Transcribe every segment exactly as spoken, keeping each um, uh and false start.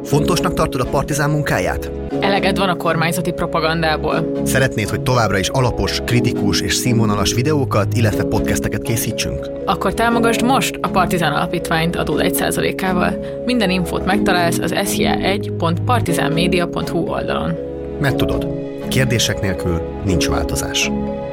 Fontosnak tartod a Partizán munkáját? Eleged van a kormányzati propagandából. Szeretnéd, hogy továbbra is alapos, kritikus és színvonalas videókat, illetve podcasteket készítsünk? Akkor támogasd most a Partizán Alapítványt adód egy százalékával. Minden infót megtalálsz az s j a egy pont partizánmedia pont hu oldalon. Mert tudod, kérdések nélkül nincs változás.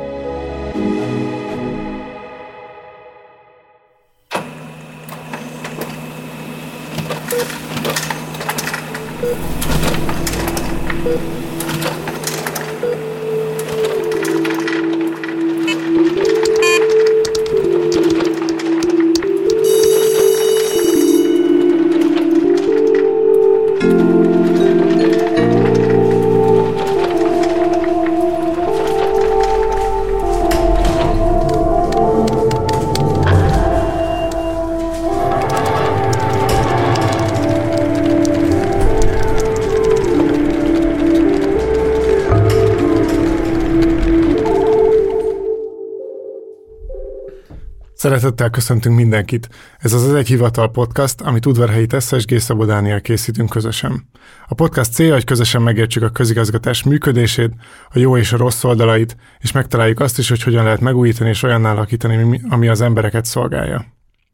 Szeretettel köszöntünk mindenkit. Ez az Az Egy Hivatal podcast, amit Udvarhelyi Tessa és G. Szabó Dániel készítünk közösen. A podcast célja, hogy közösen megértsük a közigazgatás működését, a jó és a rossz oldalait, és megtaláljuk azt is, hogy hogyan lehet megújítani és olyanná alakítani, ami az embereket szolgálja.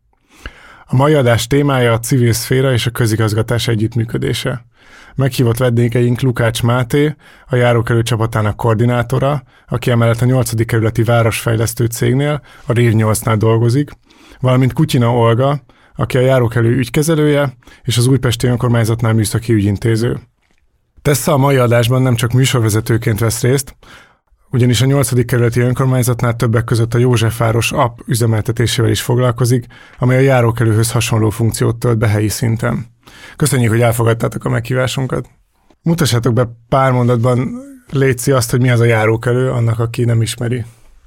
A mai adás témája a civil szféra és a közigazgatás együttműködése. Meghívott vendégeink Lukács Máté, a járókelő csapatának koordinátora, aki emellett a nyolcadik kerületi városfejlesztő cégnél, a RÉV nyolcnál dolgozik, valamint Kutyina Olga, aki a járókelő ügykezelője, és az Újpesti Önkormányzatnál műszaki ügyintéző. Tessa a mai adásban nem csak műsorvezetőként vesz részt, ugyanis a nyolcadik kerületi önkormányzatnál többek között a Józsefváros app üzemeltetésével is foglalkozik, amely a járókelőhöz hasonló funkciót tölt be helyi szinten. Köszönjük, hogy elfogadtátok a meghívásunkat. Mutassátok be pár mondatban, létszi azt, hogy mi az a járókelő, annak, aki nem ismeri.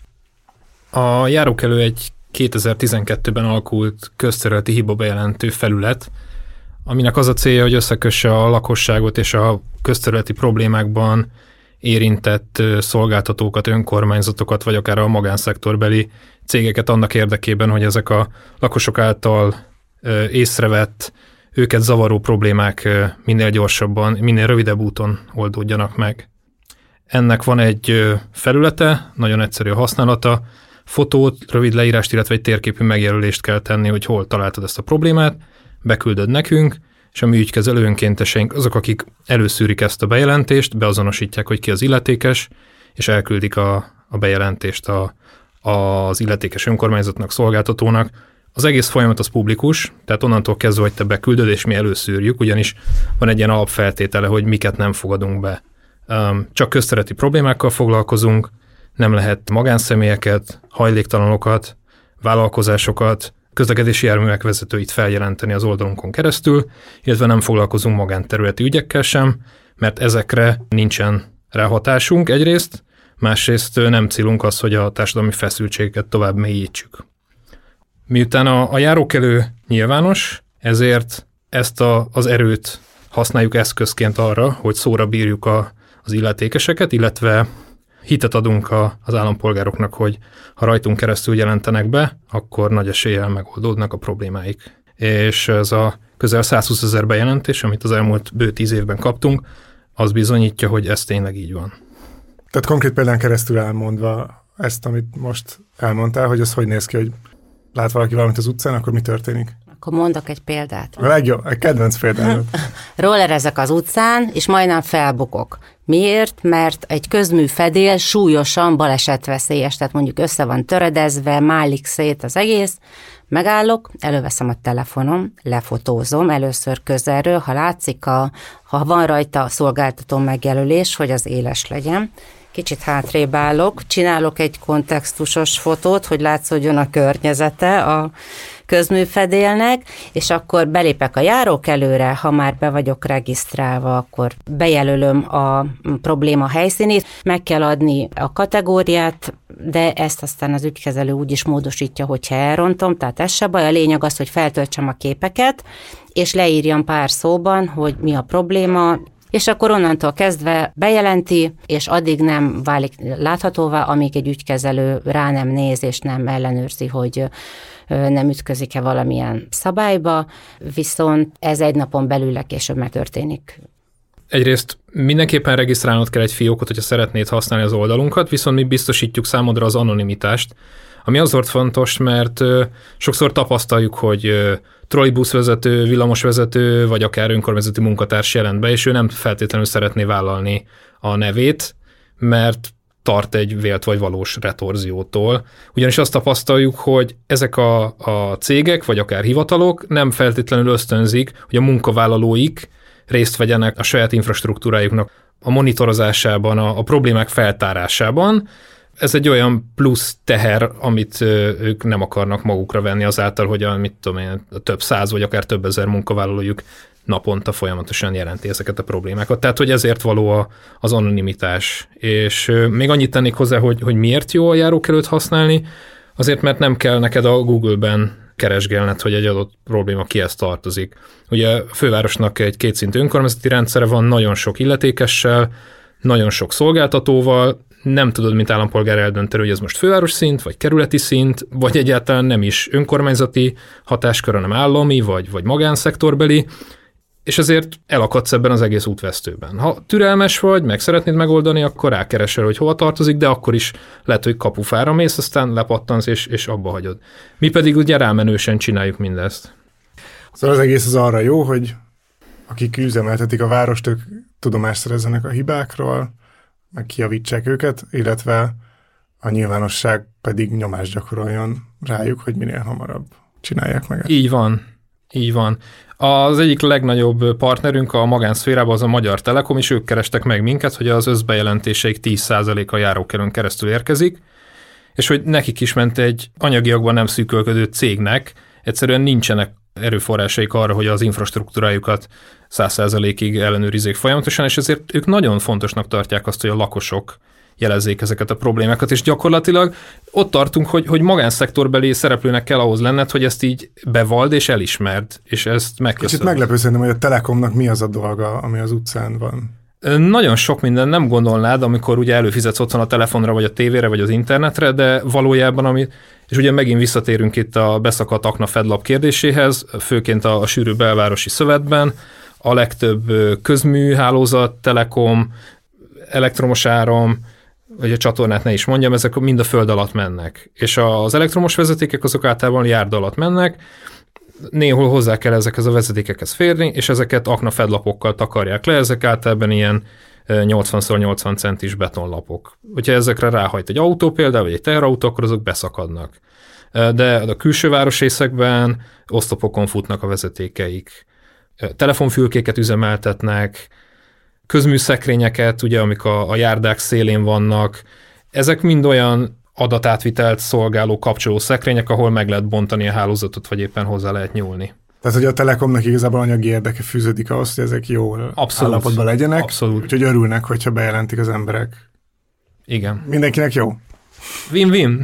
A járókelő egy kétezer-tizenkettőben alakult közterületi hibabejelentő felület, aminek az a célja, hogy összekösse a lakosságot és a közterületi problémákban érintett szolgáltatókat, önkormányzatokat, vagy akár a magánszektorbeli cégeket annak érdekében, hogy ezek a lakosok által észrevett, őket zavaró problémák minél gyorsabban, minél rövidebb úton oldódjanak meg. Ennek van egy felülete, nagyon egyszerű a használata, fotót, rövid leírást, illetve egy térképű megjelölést kell tenni, hogy hol találtad ezt a problémát, beküldöd nekünk, és a mi ügykezelő önkénteseink azok, akik előszűrik ezt a bejelentést, beazonosítják, hogy ki az illetékes, és elküldik a, a bejelentést a, az illetékes önkormányzatnak, szolgáltatónak. Az egész folyamat az publikus, tehát onnantól kezdve, hogy te beküldöd, és mi előszűrjük, ugyanis van egy ilyen alapfeltétele, hogy miket nem fogadunk be. Csak közterületi problémákkal foglalkozunk, nem lehet magánszemélyeket, hajléktalanokat, vállalkozásokat, közlekedési járművek vezetőit feljelenteni az oldalunkon keresztül, illetve nem foglalkozunk magánterületi ügyekkel sem, mert ezekre nincsen ráhatásunk egyrészt, másrészt nem célunk az, hogy a társadalmi feszültségeket tovább mélyítsük. Miután a, a járókelő nyilvános, ezért ezt a, az erőt használjuk eszközként arra, hogy szóra bírjuk a, az illetékeseket, illetve hitet adunk a, az állampolgároknak, hogy ha rajtunk keresztül jelentenek be, akkor nagy eséllyel megoldódnak a problémáik. És ez a közel százhúszezer bejelentés, amit az elmúlt bő tíz évben kaptunk, az bizonyítja, hogy ez tényleg így van. Tehát konkrét példán keresztül elmondva ezt, amit most elmondtál, hogy az hogy néz ki, hogy lát valaki valamit az utcán, akkor mi történik? Akkor mondok egy példát. A legjobb, egy kedvenc példát. Rollerezek az utcán, és majdnem felbukok. Miért? Mert egy közműfedél súlyosan balesetveszélyes, tehát mondjuk össze van töredezve, málik szét az egész, megállok, előveszem a telefonom, lefotózom először közelről, ha látszik, a, ha van rajta a szolgáltató megjelölés, hogy az éles legyen, kicsit hátrébb állok, csinálok egy kontextusos fotót, hogy látszódjon a környezete a közműfedélnek, és akkor belépek a járókelőre, ha már be vagyok regisztrálva, akkor bejelölöm a probléma helyszínét, meg kell adni a kategóriát, de ezt aztán az ügykezelő úgy is módosítja, hogyha elrontom, tehát ez se baj, a lényeg az, hogy feltöltsem a képeket, és leírjam pár szóban, hogy mi a probléma, és akkor onnantól kezdve bejelenti, és addig nem válik láthatóvá, amíg egy ügykezelő rá nem néz, és nem ellenőrzi, hogy nem ütközik-e valamilyen szabályba, viszont ez egy napon belül később megtörténik. Egyrészt mindenképpen regisztrálnod kell egy fiókot, hogyha szeretnéd használni az oldalunkat, viszont mi biztosítjuk számodra az anonimitást, ami azért fontos, mert sokszor tapasztaljuk, hogy trollibuszvezető, villamosvezető, vagy akár önkormányzati munkatárs jelent be, és ő nem feltétlenül szeretné vállalni a nevét, mert tart egy vélt vagy valós retorziótól. Ugyanis azt tapasztaljuk, hogy ezek a, a cégek, vagy akár hivatalok nem feltétlenül ösztönzik, hogy a munkavállalóik részt vegyenek a saját infrastruktúrájuknak a monitorozásában, a, a problémák feltárásában. Ez egy olyan plusz teher, amit ők nem akarnak magukra venni azáltal, hogy a, mit tudom én, a több száz vagy akár több ezer munkavállalójuk naponta folyamatosan jelenti ezeket a problémákat. Tehát, hogy ezért való a, az anonimitás. És még annyit tennék hozzá, hogy, hogy miért jó a járókelőt használni, azért, mert nem kell neked a Google-ben keresgélned, hogy egy adott probléma kihez tartozik. Ugye a fővárosnak egy kétszintű önkormányzati rendszere van, nagyon sok illetékessel, nagyon sok szolgáltatóval, nem tudod, mint állampolgár eldönteni, hogy ez most főváros szint, vagy kerületi szint, vagy egyáltalán nem is önkormányzati hatáskör, hanem állami, vagy, vagy magánszektorbeli, és ezért elakadsz ebben az egész útvesztőben. Ha türelmes vagy, meg szeretnéd megoldani, akkor rákeresel, hogy hova tartozik, de akkor is lehet, hogy kapufára mész, aztán lepattansz, és, és abba hagyod. Mi pedig ugye rámenősen csináljuk mindezt. Szóval az egész az arra jó, hogy akik üzemeltetik a várost, ők tudomást szerezzenek a hibákról, meg kijavítsák őket, illetve a nyilvánosság pedig nyomást gyakoroljon rájuk, hogy minél hamarabb csinálják meg ezt. Így van, így van. Az egyik legnagyobb partnerünk a magánszférában az a Magyar Telekom, és ők kerestek meg minket, hogy az összbejelentéseik tíz százaléka járókelőn keresztül érkezik, és hogy nekik is ment egy anyagiakban nem szűkölködő cégnek, egyszerűen nincsenek erőforrásaik arra, hogy az infrastruktúrájukat száz százalékig ellenőrizzék folyamatosan, és ezért ők nagyon fontosnak tartják azt, hogy a lakosok jelezzék ezeket a problémákat, és gyakorlatilag ott tartunk, hogy, hogy magánszektorbeli szereplőnek kell ahhoz lenned, hogy ezt így bevald és elismerd, és ezt megköszönöm. Kicsit meglepő szerintem, hogy a Telekomnak mi az a dolga, ami az utcán van. Nagyon sok minden nem gondolnád, amikor ugye előfizetsz otthon a telefonra, vagy a tévére, vagy az internetre, de valójában, ami, és ugye megint visszatérünk itt a beszakadt akna fedlap kérdéséhez, főként a, a sűrű belvárosi szövetben, a legtöbb közműhálózat, telekom, elektromos áram, vagy a csatornát ne is mondjam, ezek mind a föld alatt mennek. És az elektromos vezetékek azok általában járda alatt mennek, néhol hozzá kell ezekhez a vezetékekhez férni, és ezeket aknafedlapokkal takarják le, ezek általában ilyen nyolcvan szor nyolcvan centis betonlapok. Hogyha ezekre ráhajt egy autó például, vagy egy teherautó, akkor azok beszakadnak. De a külső városrészekben oszlopokon futnak a vezetékeik. Telefonfülkéket üzemeltetnek, közműszekrényeket, ugye, amik a, a járdák szélén vannak. Ezek mind olyan adatátvitelt szolgáló kapcsoló szekrények, ahol meg lehet bontani a hálózatot, vagy éppen hozzá lehet nyúlni. Tehát, hogy a Telekomnak igazából anyagi érdeke fűződik ahhoz, hogy ezek jó Abszolút. állapotban legyenek, Abszolút. Úgyhogy örülnek, hogyha bejelentik az emberek. Igen. Mindenkinek jó? Win-win.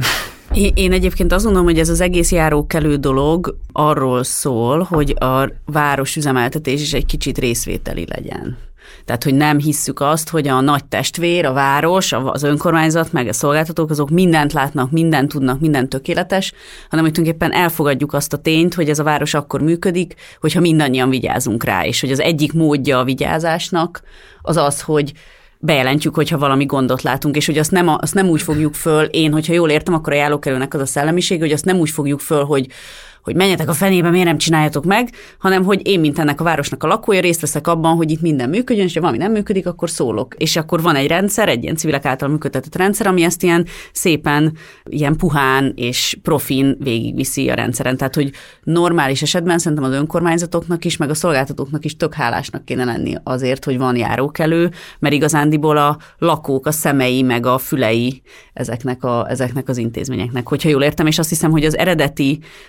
Én egyébként azt gondolom, hogy ez az egész járókelő dolog arról szól, hogy a város üzemeltetés is egy kicsit részvételi legyen. Tehát, hogy nem hisszük azt, hogy a nagy testvér, a város, az önkormányzat, meg a szolgáltatók, azok mindent látnak, mindent tudnak, mindent tökéletes, hanem hogy tulajdonképpen elfogadjuk azt a tényt, hogy ez a város akkor működik, hogyha mindannyian vigyázunk rá, és hogy az egyik módja a vigyázásnak az az, hogy bejelentjük, hogyha valami gondot látunk, és hogy azt nem, azt nem úgy fogjuk föl, én, hogyha jól értem, akkor a járókelőnek az a szellemiség, hogy azt nem úgy fogjuk föl, hogy hogy menjetek a fenébe, miért nem csináljátok meg, hanem hogy én, mint ennek a városnak a lakója, részt veszek abban, hogy itt minden működjön, és ha valami nem működik, akkor szólok. És akkor van egy rendszer, egy ilyen civilek által működtetett rendszer, ami ezt ilyen szépen, ilyen puhán és profin végigviszi a rendszeren. Tehát, hogy normális esetben szerintem az önkormányzatoknak is, meg a szolgáltatóknak is tök hálásnak kéne lenni azért, hogy van járókelő, mert igazándiból a lakók, a szemei, meg a fülei ezeknek, a, ezeknek az intézményeknek. Hogyha jól értem, és azt hiszem, hogy az eredeti, a ti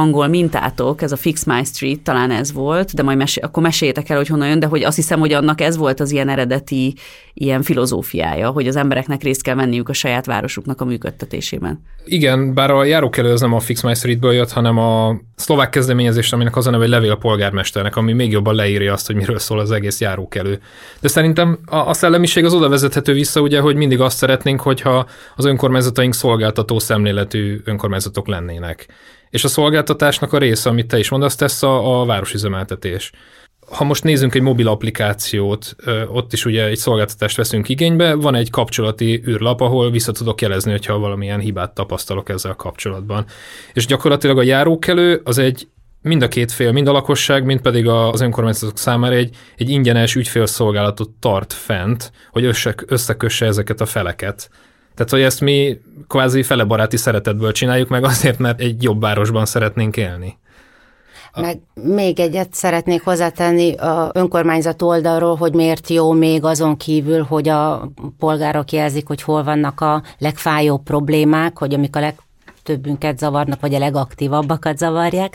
angol mintátok, ez a Fix My Street, talán ez volt, de majd mesé- akkor meséljétek el, hogy honnan jön, de hogy azt hiszem, hogy annak ez volt az ilyen eredeti ilyen filozófiája, hogy az embereknek részt kell venniük a saját városuknak a működtetésében. Igen, bár a járókelő az nem a Fix My Streetből jött, hanem a szlovák kezdeményezés, aminek az a neve, hogy levél a polgármesternek, ami még jobban leírja azt, hogy miről szól az egész járókelő. De szerintem a, a szellemiség az oda vezethető vissza, ugye, hogy mindig azt szeretnénk, hogyha az önkormányzataink szolgáltató szemléletű önkormányzatok lennének. És a szolgáltatásnak a része, amit te is mondasz, tesz a, a városüzemeltetés. Ha most nézzünk egy mobil applikációt, ott is ugye egy szolgáltatást veszünk igénybe, van egy kapcsolati űrlap, ahol vissza tudok jelezni, hogyha valamilyen hibát tapasztalok ezzel kapcsolatban. És gyakorlatilag a járókelő az egy mind a két fél, mind a lakosság, mind pedig az önkormányzatok számára egy, egy ingyenes ügyfélszolgálatot tart fent, hogy összekösse ezeket a feleket. Tehát, hogy ezt mi kvázi felebaráti szeretetből csináljuk meg azért, mert egy jobb városban szeretnénk élni. Meg még egyet szeretnék hozzátenni a önkormányzat oldalról, hogy miért jó még azon kívül, hogy a polgárok jelzik, hogy hol vannak a legfájóbb problémák, hogy amik a legtöbbünket zavarnak, vagy a legaktívabbakat zavarják,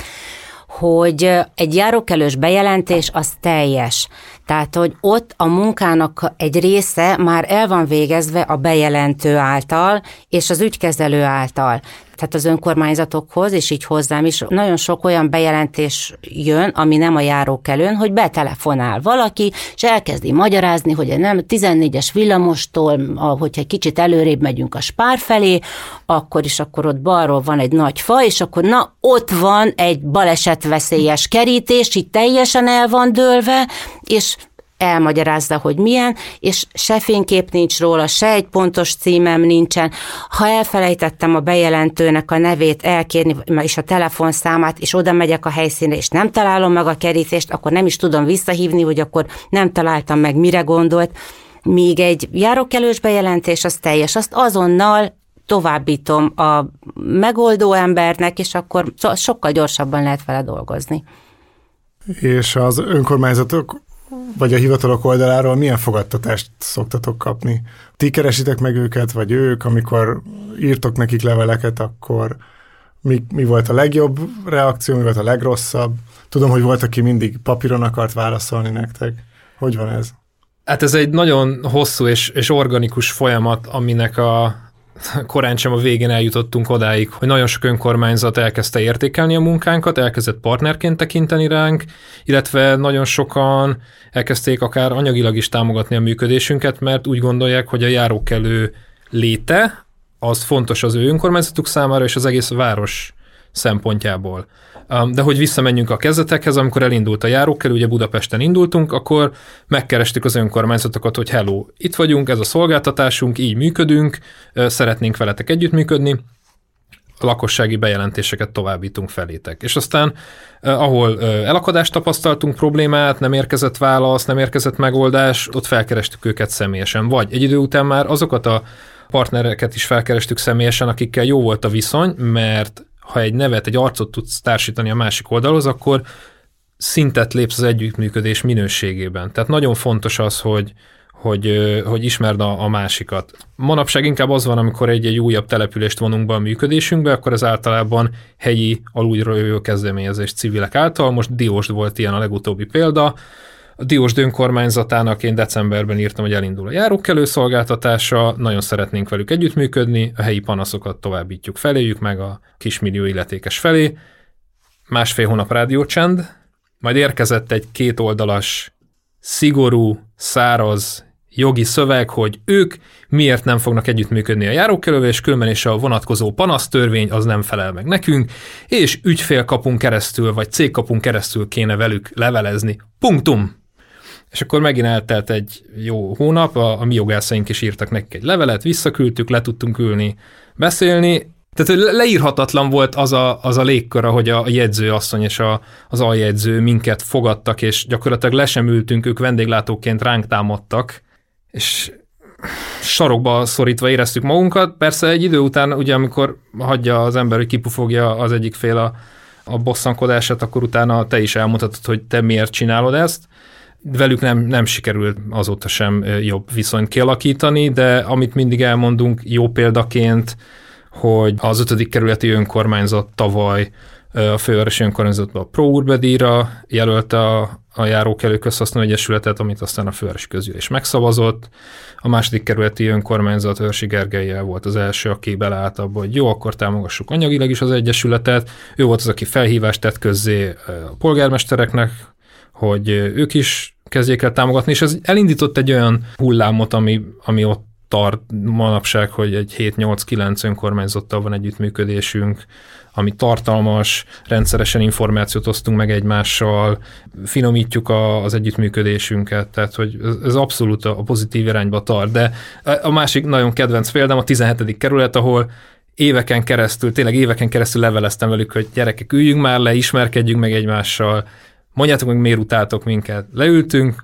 hogy egy járókelős bejelentés az teljes. Tehát, hogy ott a munkának egy része már el van végezve a bejelentő által, és az ügykezelő által. Tehát az önkormányzatokhoz, és így hozzám is nagyon sok olyan bejelentés jön, ami nem a járókelőn, hogy betelefonál valaki, és elkezdi magyarázni, hogy nem tizennégyes villamostól, hogyha egy kicsit előrébb megyünk a Spár felé, akkor is akkor ott balról van egy nagy fa, és akkor na, ott van egy balesetveszélyes kerítés, itt teljesen el van dőlve, és elmagyarázza, hogy milyen, és se fénykép nincs róla, se egy pontos címem nincsen. Ha elfelejtettem a bejelentőnek a nevét elkérni, és a telefonszámát, és oda megyek a helyszínre, és nem találom meg a kerítést, akkor nem is tudom visszahívni, hogy akkor nem találtam meg, mire gondolt. Míg egy járókelős bejelentés, az teljes, azt azonnal továbbítom a megoldó embernek, és akkor sokkal gyorsabban lehet vele dolgozni. És az önkormányzatok vagy a hivatalok oldaláról milyen fogadtatást szoktatok kapni? Ti keresitek meg őket, vagy ők, amikor írtok nekik leveleket, akkor mi, mi volt a legjobb reakció, mi volt a legrosszabb? Tudom, hogy volt, aki mindig papíron akart válaszolni nektek. Hogy van ez? Hát ez egy nagyon hosszú és, és organikus folyamat, aminek a korán sem a végén eljutottunk odáig, hogy nagyon sok önkormányzat elkezdte értékelni a munkánkat, elkezdett partnerként tekinteni ránk, illetve nagyon sokan elkezdték akár anyagilag is támogatni a működésünket, mert úgy gondolják, hogy a járókelő léte az fontos az ő önkormányzatuk számára és az egész város szempontjából. De hogy visszamenjünk a kezdetekhez, amikor elindult a járókelő, ugye Budapesten indultunk, akkor megkerestük az önkormányzatokat, hogy hello, itt vagyunk, ez a szolgáltatásunk, így működünk, szeretnénk veletek együttműködni, a lakossági bejelentéseket továbbítunk felétek. És aztán, ahol elakadást tapasztaltunk, problémát, nem érkezett válasz, nem érkezett megoldás, ott felkerestük őket személyesen. Vagy egy idő után már azokat a partnereket is felkerestük személyesen, akikkel jó volt a viszony, mert ha egy nevet, egy arcot tudsz társítani a másik oldalhoz, akkor szintet lépsz az együttműködés minőségében. Tehát nagyon fontos az, hogy, hogy, hogy ismerd a, a másikat. Manapság inkább az van, amikor egy, egy újabb települést vonunk be a működésünkbe, akkor ez általában helyi, alulról jövő kezdeményezés civilek által. Most Diósd volt ilyen a legutóbbi példa. A Diósd önkormányzatának én decemberben írtam, hogy elindul a járókelő szolgáltatása, nagyon szeretnénk velük együttműködni, a helyi panaszokat továbbítjuk feléjük, meg a kismillió illetékes felé. Másfél hónap rádiócsend, majd érkezett egy kétoldalas, szigorú, száraz jogi szöveg, hogy ők miért nem fognak együttműködni a járókelővel, és különben is a vonatkozó panasztörvény az nem felel meg nekünk, és ügyfélkapunk keresztül, vagy cégkapunk keresztül kéne velük levelezni. Punktum! És akkor megint eltelt egy jó hónap, a, a mi jogászaink is írtak nekik egy levelet, visszaküldtük, le tudtunk ülni, beszélni. Tehát leírhatatlan volt az a, az a légkör, ahogy a jegyzőasszony és a, az aljegyző minket fogadtak, és gyakorlatilag le sem ültünk, ők vendéglátóként ránk támadtak, és sarokba szorítva éreztük magunkat. Persze egy idő után, ugye amikor hagyja az ember, hogy kipufogja az egyik fél a, a bosszankodását, akkor utána te is elmutatod, hogy te miért csinálod ezt. Velük nem, nem sikerült azóta sem jobb viszonyt kialakítani, de amit mindig elmondunk jó példaként, hogy az ötödik kerületi önkormányzat tavaly A fővárosi önkormányzatban a Pro Urbe díjra jelölte a, a Járókelő Közhasznú Egyesületet, amit aztán a fővárosi közgyűlés megszavazott. A második kerületi önkormányzat Őrsi Gergellyel volt az első, aki beleállt abba, hogy jó, akkor támogassuk anyagilag is az egyesületet. Ő volt az, aki felhívást tett közzé a polgármestereknek, hogy ők is kezdjék el támogatni, és ez elindított egy olyan hullámot, ami, ami ott tart manapság, hogy egy hét-nyolc-kilenc önkormányzattal van együttműködésünk, ami tartalmas, rendszeresen információt osztunk meg egymással, finomítjuk a, az együttműködésünket, tehát hogy ez, ez abszolút a pozitív irányba tart. De a másik nagyon kedvenc példám a tizenhetedik kerület, ahol éveken keresztül, tényleg éveken keresztül leveleztem velük, hogy gyerekek, üljünk már le, ismerkedjünk meg egymással, mondjátok meg, miért utáltok minket. Leültünk,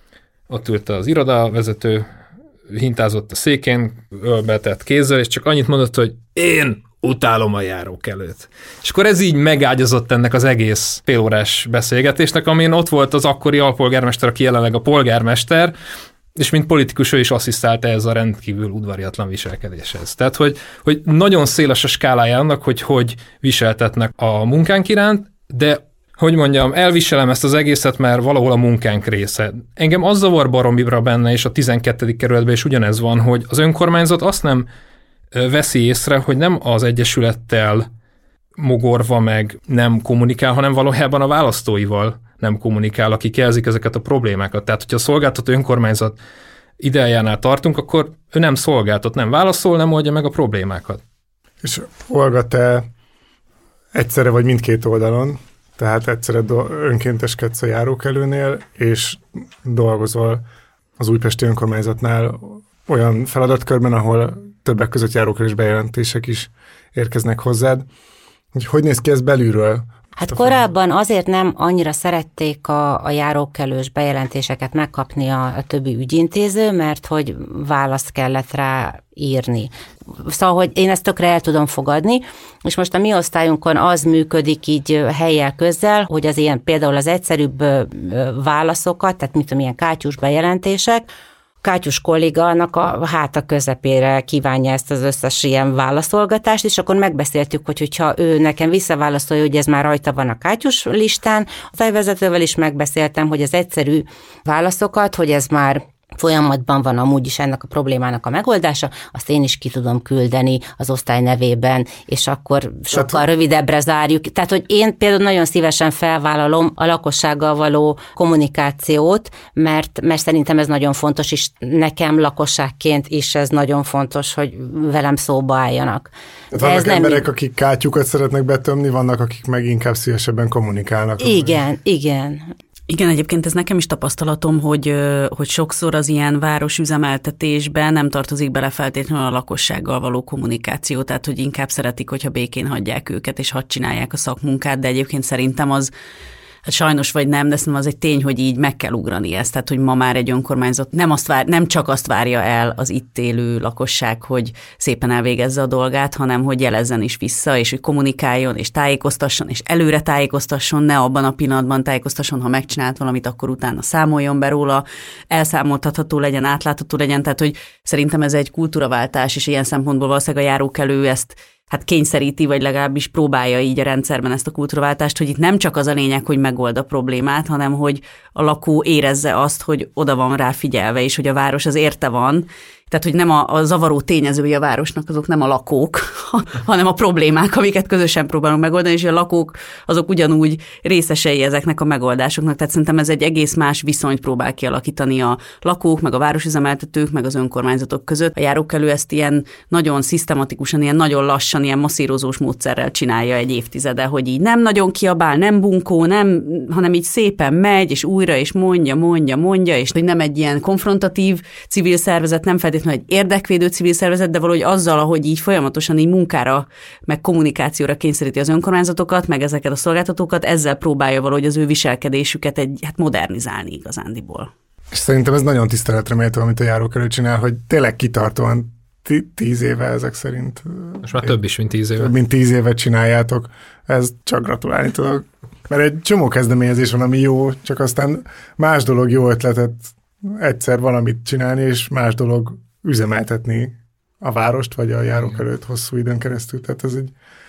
ott ült az irodavezető, hintázott a székén, ölbetett kézzel, és csak annyit mondott, hogy én utálom a Járókelőt. És akkor ez így megágyazott ennek az egész félórás beszélgetésnek, amin ott volt az akkori alpolgármester, aki jelenleg a polgármester, és mint politikus ő is asszisztálta ez a rendkívül udvariatlan viselkedéshez. Tehát, hogy, hogy nagyon széles a skálája annak, hogy hogy viseltetnek a munkánk iránt, de hogy mondjam, elviselem ezt az egészet, mert valahol a munkánk része. Engem az zavar baromira benne, és a tizenkettedik kerületben is ugyanez van, hogy az önkormányzat azt nem veszi észre, hogy nem az egyesülettel mogorva meg nem kommunikál, hanem valójában a választóival nem kommunikál, akik jelzik ezeket a problémákat. Tehát, hogyha a szolgáltató önkormányzat ideájánál tartunk, akkor ő nem szolgáltat, nem válaszol, nem oldja meg a problémákat. És Olga, te egyszerre vagy mindkét oldalon, tehát egyszerre do- önkénteskedsz a Járókelőnél, és dolgozol az újpesti önkormányzatnál olyan feladatkörben, ahol többek között járókelős bejelentések is érkeznek hozzád. Hogy, hogy néz ki ez belülről? Hát korábban azért nem annyira szerették a, a járókelős bejelentéseket megkapni a, a többi ügyintéző, mert hogy választ kellett rá írni. Szóval, hogy én ezt tökre el tudom fogadni, és most a mi osztályunkon az működik így helyjel közzel, hogy az ilyen például az egyszerűbb válaszokat, tehát mint amilyen kátyús bejelentések, Kátyus kollégának a háta közepére kívánja ezt az összes ilyen válaszolgatást, és akkor megbeszéltük, hogy hogyha ő nekem visszaválaszolja, hogy ez már rajta van a Kátyus listán, a tájvezetővel is megbeszéltem, hogy az egyszerű válaszokat, hogy ez már folyamatban van amúgy is ennek a problémának a megoldása, azt én is ki tudom küldeni az osztály nevében, és akkor sokkal Tehát, rövidebbre zárjuk. Tehát, hogy én például nagyon szívesen felvállalom a lakossággal való kommunikációt, mert, mert szerintem ez nagyon fontos, és nekem lakosságként is ez nagyon fontos, hogy velem szóba álljanak. Tehát vannak emberek, nem... akik kátyukat szeretnek betömni, vannak, akik meg inkább szívesebben kommunikálnak. Igen, igen. Igen, egyébként ez nekem is tapasztalatom, hogy, hogy sokszor az ilyen városüzemeltetésben nem tartozik bele feltétlenül a lakossággal való kommunikáció, tehát hogy inkább szeretik, hogyha békén hagyják őket, és hadd csinálják a szakmunkát, de egyébként szerintem az, hát sajnos vagy nem, de szerintem az egy tény, hogy így meg kell ugrani ezt, tehát hogy ma már egy önkormányzat nem, azt vár, nem csak azt várja el az itt élő lakosság, hogy szépen elvégezze a dolgát, hanem hogy jelezzen is vissza, és hogy kommunikáljon, és tájékoztasson, és előre tájékoztasson, ne abban a pillanatban tájékoztasson, ha megcsinált valamit, akkor utána számoljon be róla, elszámoltatható legyen, átlátható legyen, tehát hogy szerintem ez egy kultúraváltás, és ilyen szempontból valószínűleg a járókelő ezt hát kényszeríti, vagy legalábbis próbálja így a rendszerben ezt a kultúraváltást, hogy itt nem csak az a lényeg, hogy megold a problémát, hanem hogy a lakó érezze azt, hogy oda van rá figyelve, és hogy a város az érte van. Tehát, hogy nem a, a zavaró tényezői a városnak, azok nem a lakók, hanem a problémák, amiket közösen próbálunk megoldani, és a lakók azok ugyanúgy részesei ezeknek a megoldásoknak. Tehát szerintem ez egy egész más viszonyt próbál kialakítani a lakók, meg a városüzemeltetők, meg az önkormányzatok között. A járókelő ezt ilyen nagyon szisztematikusan, ilyen nagyon lassan, ilyen masszírozós módszerrel csinálja egy évtizede, hogy így nem nagyon kiabál, nem bunkó, nem, hanem így szépen megy, és újra, és mondja, mondja, mondja, és hogy nem egy ilyen konfrontatív civil szervezet, nem feltétlenül egy érdekvédő civil szervezet, de valahogy azzal, ahogy így folyamatosan így munkára, meg kommunikációra kényszeríti az önkormányzatokat, meg ezeket a szolgáltatókat, ezzel próbálja valahogy az ő viselkedésüket egy, hát modernizálni igazándiból. És szerintem ez nagyon tiszteletre méltó, amit a járókelő csinál, hogy tényleg kitartóan tíz éve ezek szerint. Most már több is, mint tíz éve. Több mint tíz évet csináljátok. Ez csak gratulálni tudok. Mert egy csomó kezdeményezés van, ami jó, csak aztán más dolog jó ötletet egyszer valamit csinálni, és más dolog üzemeltetni a várost, vagy a járókelőt hosszú időn keresztül. Tehát ez egy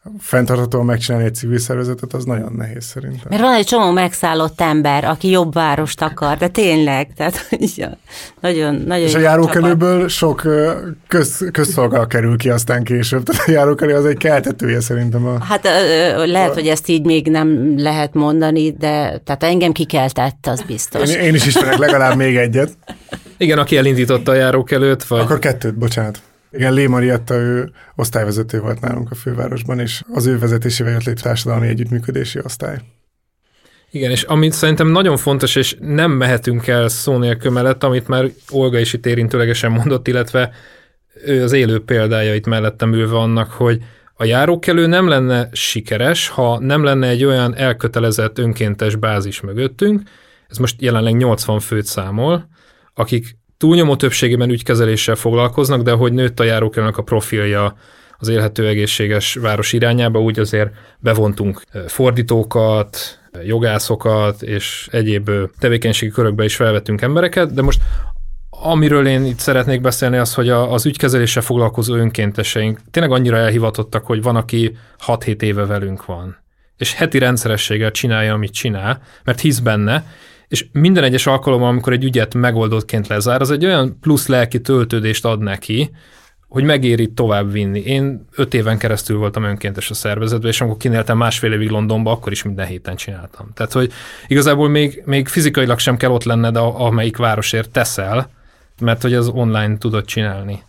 fenntarthatóan megcsinálni egy civil szervezetet, az nagyon nehéz szerintem. Mert van egy csomó megszállott ember, aki jobb várost akar, de tényleg, tehát nagyon, nagyon és a járókelőből sok köz, közszolgál kerül ki aztán később, tehát a járókelő az egy keltetője szerintem. A, hát lehet, a, hogy ezt így még nem lehet mondani, de tehát engem kikeltett, az biztos. Én, én is ismerek legalább még egyet. Igen, aki elindította a járókelőt, vagy... Akkor kettőt, bocsánat. Igen, Lé Marietta, ő osztályvezető volt nálunk a fővárosban, és az ő vezetésével jött létre társadalmi együttműködési osztály. Igen, és amit szerintem nagyon fontos, és nem mehetünk el szó nélkül mellett, amit már Olga is itt érintőlegesen mondott, illetve ő az élő példája itt mellettem ülve annak, hogy a járókelő nem lenne sikeres, ha nem lenne egy olyan elkötelezett önkéntes bázis mögöttünk, ez most jelenleg nyolcvan főt számol, akik túlnyomó többségében ügykezeléssel foglalkoznak, de hogy nőtt a járókelőnek a profilja az élhető egészséges város irányába, úgy azért bevontunk fordítókat, jogászokat, és egyéb tevékenységi körökbe is felvettünk embereket, de most amiről én itt szeretnék beszélni, az, hogy a, az ügykezeléssel foglalkozó önkénteseink tényleg annyira elhivatottak, hogy van, aki hat-hét éve velünk van, és heti rendszerességgel csinálja, amit csinál, mert hisz benne, és minden egyes alkalommal, amikor egy ügyet megoldottként lezár, az egy olyan plusz lelki töltődést ad neki, hogy megéri tovább vinni. Én öt éven keresztül voltam önkéntes a szervezetben, és amikor kinéltem másfél évig Londonba, akkor is minden héten csináltam. Tehát, hogy igazából még, még fizikailag sem kell ott lenned, amelyik városért teszel, mert hogy az online tudod csinálni.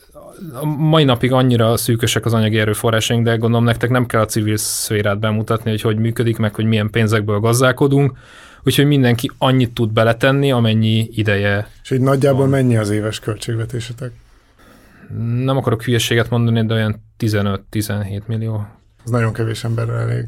A mai napig annyira szűkösek az anyagi erőforrásaink, de gondolom nektek nem kell a civil szférát bemutatni, hogy hogy működik, meg hogy milyen pénzekből gazdálkodunk, úgyhogy mindenki annyit tud beletenni, amennyi ideje. És így nagyjából van. Mennyi az éves költségvetésetek? Nem akarok hülyeséget mondani, de olyan tizenöt-tizenhét millió. Ez nagyon kevés emberre elég.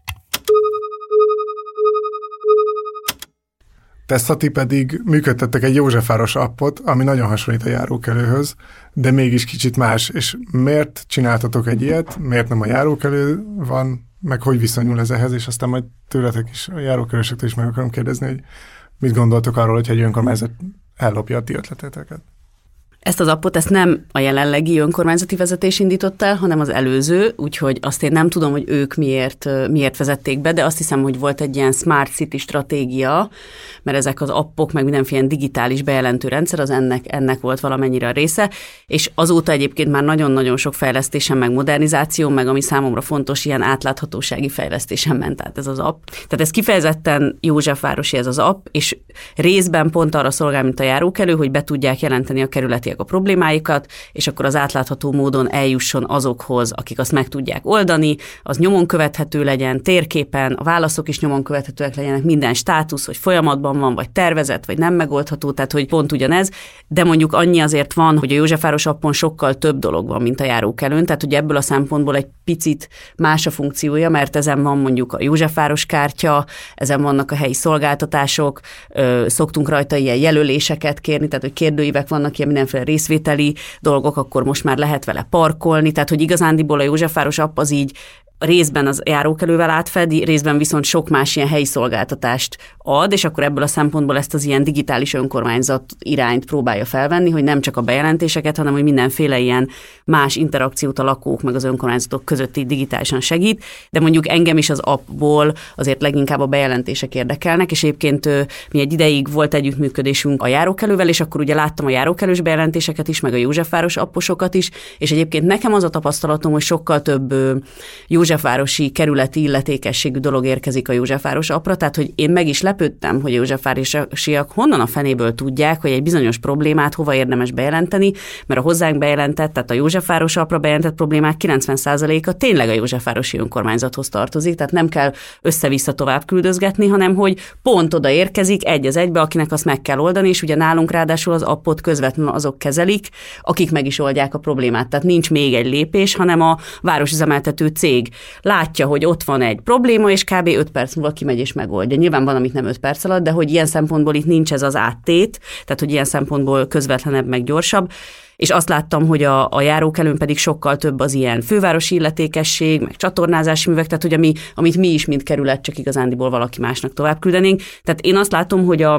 Te, Szati, pedig működtettek egy Józsefváros appot, ami nagyon hasonlít a járókelőhöz, de mégis kicsit más. És miért csináltatok egy ilyet? Miért nem a járókelő van? Meg hogy viszonyul ez ehhez? És aztán majd tőletek is, a járókelősektől is meg akarom kérdezni, hogy mit gondoltok arról, hogyha egy önkormányzat ellopja a ti ötleteteket? Ezt az appot, ezt nem a jelenlegi önkormányzati vezetés indított el, hanem az előző, úgyhogy azt én nem tudom, hogy ők miért, miért vezették be, de azt hiszem, hogy volt egy ilyen Smart City stratégia, mert ezek az appok, meg mindenféle digitális bejelentő rendszer, az ennek, ennek volt valamennyire a része, és azóta egyébként már nagyon-nagyon sok fejlesztésen, meg modernizáció, meg ami számomra fontos, ilyen átláthatósági fejlesztésen ment át ez az app. Tehát ez kifejezetten Józsefvárosi ez az app, és részben pont arra szolgál, mint a járókelő, hogy be tudják jelenteni a kerületiek a problémáikat, és akkor az átlátható módon eljusson azokhoz, akik azt meg tudják oldani, az nyomon követhető legyen, térképen, a válaszok is nyomon követhetőek legyenek, minden státusz, hogy folyamatban van, vagy tervezett, vagy nem megoldható, tehát hogy pont ugyanez, de mondjuk annyi azért van, hogy a Józsefváros appon sokkal több dolog van, mint a járókelőn, tehát hogy ebből a szempontból egy picit más a funkciója, mert ezen van mondjuk a Józsefváros kártya, ezen vannak a helyi szolgáltatások, szoktunk rajta ilyen jelöléseket kérni, tehát hogy kérdőívek vannak, ilyen mindenféle részvételi dolgok, akkor most már lehet vele parkolni, tehát hogy igazándiból a Józsefváros app az így részben az járókelővel átfedi, részben viszont sok más ilyen helyi szolgáltatást ad, és akkor ebből a szempontból ezt az ilyen digitális önkormányzat irányt próbálja felvenni, hogy nem csak a bejelentéseket, hanem hogy mindenféle ilyen más interakciót a lakók meg az önkormányzatok között így digitálisan segít, de mondjuk engem is az appból azért leginkább a bejelentések érdekelnek, és egyébként mi egy ideig volt együttműködésünk a járókelővel, és akkor ugye láttam a járókelős bejelentéseket is, meg a Józsefváros apposokat is, és egyébként nekem az a tapasztalatom, hogy sokkal több józsefvárosi kerületi illetékességű dolog érkezik a Józsefváros appra, tehát hogy én meg is lepődtem, hogy a józsefvárosiak honnan a fenéből tudják, hogy egy bizonyos problémát hova érdemes bejelenteni, mert a hozzánk bejelentett, tehát a Józsefváros appra bejelentett problémák kilencven százaléka tényleg a Józsefvárosi önkormányzathoz tartozik, tehát nem kell össze-vissza tovább küldözgetni, hanem hogy pont oda érkezik egy az egybe, akinek azt meg kell oldani, és ugye nálunk ráadásul az appot közvetlenül azok kezelik, akik meg is oldják a problémát. Tehát nincs még egy lépés, hanem a városüzemeltető cég látja, hogy ott van egy probléma, és kb. öt perc múlva kimegy és megoldja. Nyilván van, amit nem öt perc alatt, de hogy ilyen szempontból itt nincs ez az áttét, tehát hogy ilyen szempontból közvetlenebb, meg gyorsabb. És azt láttam, hogy a, a járókelőn pedig sokkal több az ilyen fővárosi illetékesség, meg csatornázási művek, tehát hogy ami, amit mi is, mint kerület, csak igazándiból valaki másnak tovább küldenénk. Tehát én azt látom, hogy a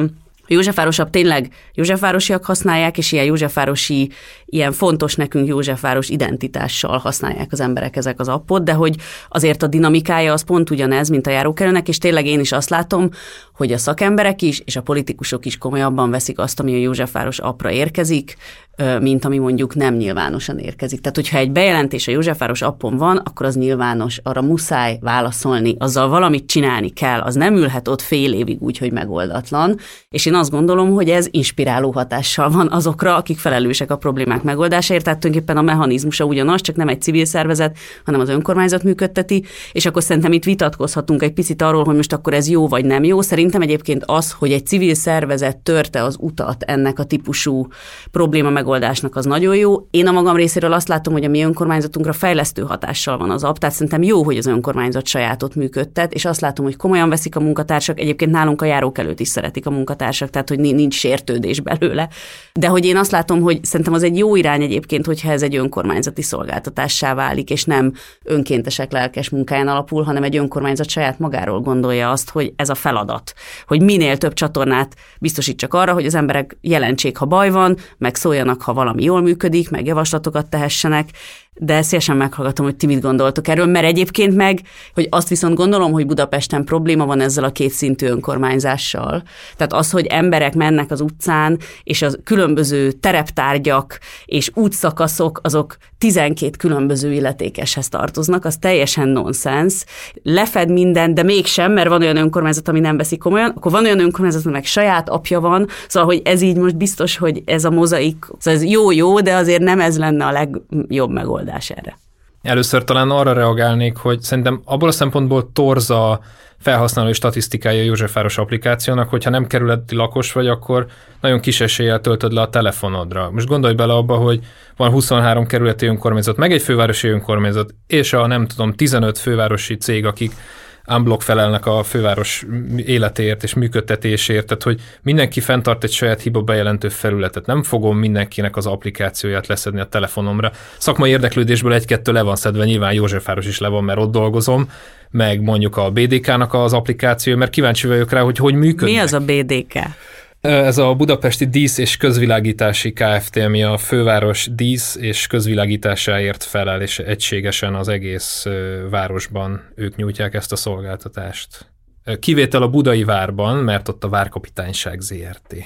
A Józsefváros app tényleg józsefvárosiak használják, és ilyen józsefvárosi, ilyen fontos nekünk józsefváros identitással használják az emberek ezek az appot, de hogy azért a dinamikája az pont ugyanez, mint a járókelőnek, és tényleg én is azt látom, hogy a szakemberek is, és a politikusok is komolyabban veszik azt, ami a Józsefváros appra érkezik, mint ami mondjuk nem nyilvánosan érkezik. Tehát, hogyha egy bejelentés a Józsefváros appon van, akkor az nyilvános, arra muszáj válaszolni, azzal valamit csinálni kell, az nem ülhet ott fél évig úgy, hogy megoldatlan, és én azt gondolom, hogy ez inspiráló hatással van azokra, akik felelősek a problémák megoldásáért, tehát tulajdonképpen a mechanizmusa ugyanaz, csak nem egy civil szervezet, hanem az önkormányzat működteti, és akkor szerintem itt vitatkozhatunk egy picit arról, hogy most akkor ez jó vagy nem jó. Szerintem egyébként az, hogy egy civil szervezet törte az utat ennek a típusú probléma megoldásnak, az nagyon jó. Én a magam részéről azt látom, hogy a mi önkormányzatunkra fejlesztő hatással van az app, tehát szerintem jó, hogy az önkormányzat sajátot működtet, és azt látom, hogy komolyan veszik a munkatársak, egyébként nálunk a járókelőt is szeretik a munkatársak, tehát hogy nincs sértődés belőle. De hogy én azt látom, hogy szerintem az egy jó irány egyébként, hogyha ez egy önkormányzati szolgáltatássá válik, és nem önkéntesek lelkes munkáján alapul, hanem egy önkormányzat saját magáról gondolja azt, hogy ez a feladat, hogy minél több csatornát biztosítsak arra, hogy az emberek jelentsék, ha baj van, meg szóljanak, ha valami jól működik, meg javaslatokat tehessenek, de szívesen meghallgatom, hogy ti mit gondoltok erről, mert egyébként meg, hogy azt viszont gondolom, hogy Budapesten probléma van ezzel a kétszintű önkormányzással. Tehát az, hogy emberek mennek az utcán, és az különböző tereptárgyak és útszakaszok, azok tizenkét különböző illetékeshez tartoznak, az teljesen nonsens. Lefed minden, de mégsem, mert van olyan önkormányzat, ami nem veszi komolyan, akkor van olyan önkormányzat, aminek saját apja van, szóval, hogy ez így most biztos, hogy ez a mozaik, szóval ez jó-jó, de azért nem ez lenne a legjobb megoldás erre. Először talán arra reagálnék, hogy szerintem abból a szempontból torz a felhasználói statisztikája a Józsefváros applikációnak, hogyha nem kerületi lakos vagy, akkor nagyon kis eséllyel töltöd le a telefonodra. Most gondolj bele abba, hogy van huszonhárom kerületi önkormányzat, meg egy fővárosi önkormányzat, és a nem tudom, tizenöt fővárosi cég, akik unblock felelnek a főváros életéért és működtetésért, tehát hogy mindenki fenntart egy saját hiba bejelentő felületet. Nem fogom mindenkinek az applikációját leszedni a telefonomra. Szakmai érdeklődésből egy-kettő le van szedve, nyilván Józsefváros is le van, mert ott dolgozom, meg mondjuk a bé dé ká-nak az applikáció, mert kíváncsi vagyok rá, hogy hogy működnek. Mi az a bé dé ká? Ez a Budapesti Dísz és Közvilágítási Kft., ami a főváros dísz és közvilágításáért felel, és egységesen az egész városban ők nyújtják ezt a szolgáltatást. Kivétel a Budai Várban, mert ott a Várkapitányság zé er té.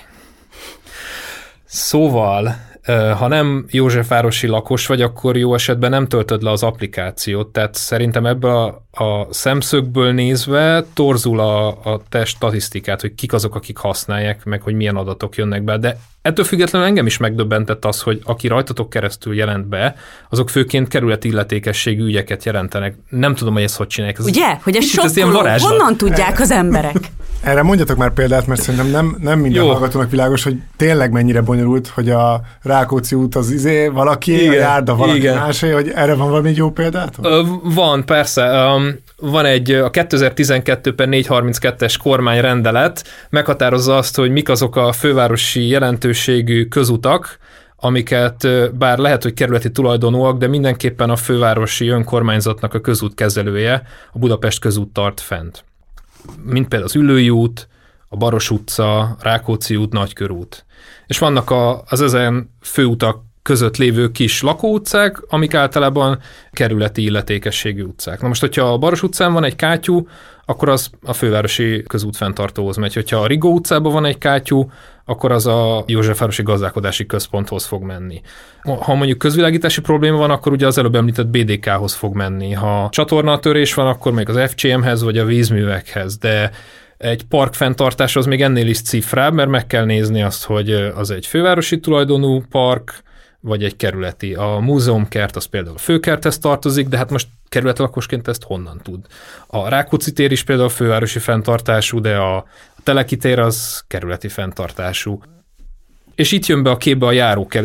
Szóval, ha nem józsefvárosi lakos vagy, akkor jó esetben nem töltöd le az applikációt, tehát szerintem ebből a, a szemszögből nézve torzul a, a te statisztikát, hogy kik azok, akik használják, meg hogy milyen adatok jönnek be, de ettől függetlenül engem is megdöbbentett az, hogy aki rajtatok keresztül jelent be, azok főként kerületi illetékességű ügyeket jelentenek. Nem tudom, hogy ezt hogy csinálják. Ez ugye? Hogy ez sokkoló. Honnan tudják az emberek? Erre mondjatok már példát, mert szerintem nem, nem minden hallgatónak világos, hogy tényleg mennyire bonyolult, hogy a Rákóczi út az izé valaki, a járda valaki másé, hogy erre van valami jó példátok? Van, persze. Um, van egy a kétezer-tizenkettő per négyszázharminckettes kormányrendelet, meghatározza azt, hogy mik azok a fővárosi jelentőségű közutak, amiket bár lehet, hogy kerületi tulajdonúak, de mindenképpen a fővárosi önkormányzatnak a közútkezelője, a Budapest közút tart fent. Mint például az Üllői út, a Baros utca, Rákóczi út, Nagykörút. És vannak a, az ezen főutak között lévő kis lakóutcák, amik általában kerületi illetékességű utcák. Na most, hogyha a Baros utcán van egy kátyú, akkor az a fővárosi közútfenntartóhoz megy. Hogyha a Rigó utcában van egy kátyú, akkor az a Józsefvárosi Gazdálkodási Központhoz fog menni. Ha mondjuk közvilágítási probléma van, akkor ugye az előbb említett bé dé ká-hoz fog menni. Ha csatornatörés van, akkor még az ef cé em-hez vagy a vízművekhez, de egy park fenntartás az még ennél is cifrább, mert meg kell nézni azt, hogy az egy fővárosi tulajdonú park, vagy egy kerületi. A múzeumkert az például a főkerthez tartozik, de hát most kerületi lakosként ezt honnan tud? A Rákóczi tér is például fővárosi fenntartású, de a Teleki tér az kerületi fenntartású. És itt jön be a képbe a járókelő, hogy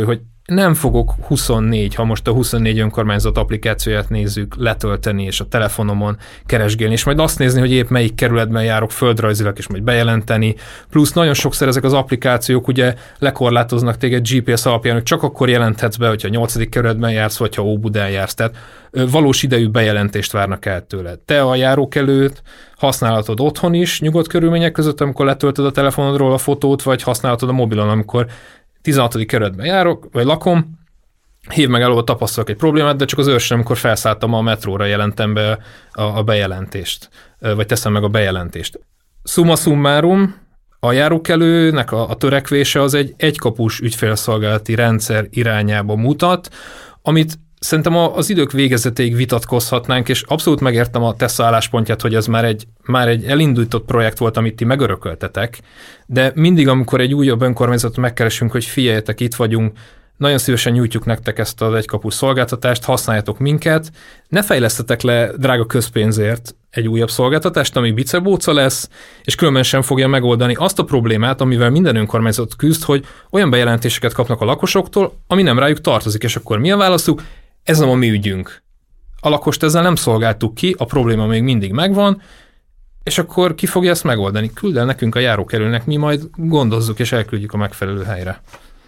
nem fogok huszonnégy, ha most a huszonnégy önkormányzat applikációját nézzük, letölteni és a telefonomon keresgélni, és majd azt nézni, hogy épp melyik kerületben járok földrajzilag, és majd bejelenteni. Plusz nagyon sokszor ezek az applikációk ugye lekorlátoznak téged gé pé es alapján, hogy csak akkor jelenthetsz be, hogyha a nyolcadik kerületben jársz, vagy ha Óbudán jársz. Tehát valós idejű bejelentést várnak el tőled. Te a járókelőt használhatod otthon is, nyugodt körülmények között, amikor letöltöd a telefonodról a fotót, vagy használhatod a mobilon, amikor tizenhatodik kerületben járok, vagy lakom, hív meg elő, tapasztalok egy problémát, de csak az őrsem, amikor felszálltam a metróra, jelentem be a, a bejelentést, vagy teszem meg a bejelentést. Summa summarum, a járókelőnek a, a törekvése az egy egykapus ügyfélszolgálati rendszer irányába mutat, amit szerintem az idők végezetéig vitatkozhatnánk, és abszolút megértem a Tesza álláspontját, hogy ez már egy, már egy elindított projekt volt, amit ti megörököltetek, de mindig, amikor egy újabb önkormányzatot megkeresünk, hogy figyeljetek, itt vagyunk, nagyon szívesen nyújtjuk nektek ezt az egykapus szolgáltatást, használjatok minket, ne fejlesztetek le drága közpénzért egy újabb szolgáltatást, ami bicebóca lesz, és különben sem fogja megoldani azt a problémát, amivel minden önkormányzat küzd, hogy olyan bejelentéseket kapnak a lakosoktól, ami nem rájuk tartozik, és akkor mi a válaszuk? Ez nem a mi ügyünk. A lakost ezzel nem szolgáltuk ki, a probléma még mindig megvan, és akkor ki fogja ezt megoldani? Küld el nekünk a járókelőnek, mi majd gondozzuk és elküldjük a megfelelő helyre.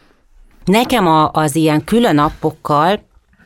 Nekem a, az ilyen külön appokkal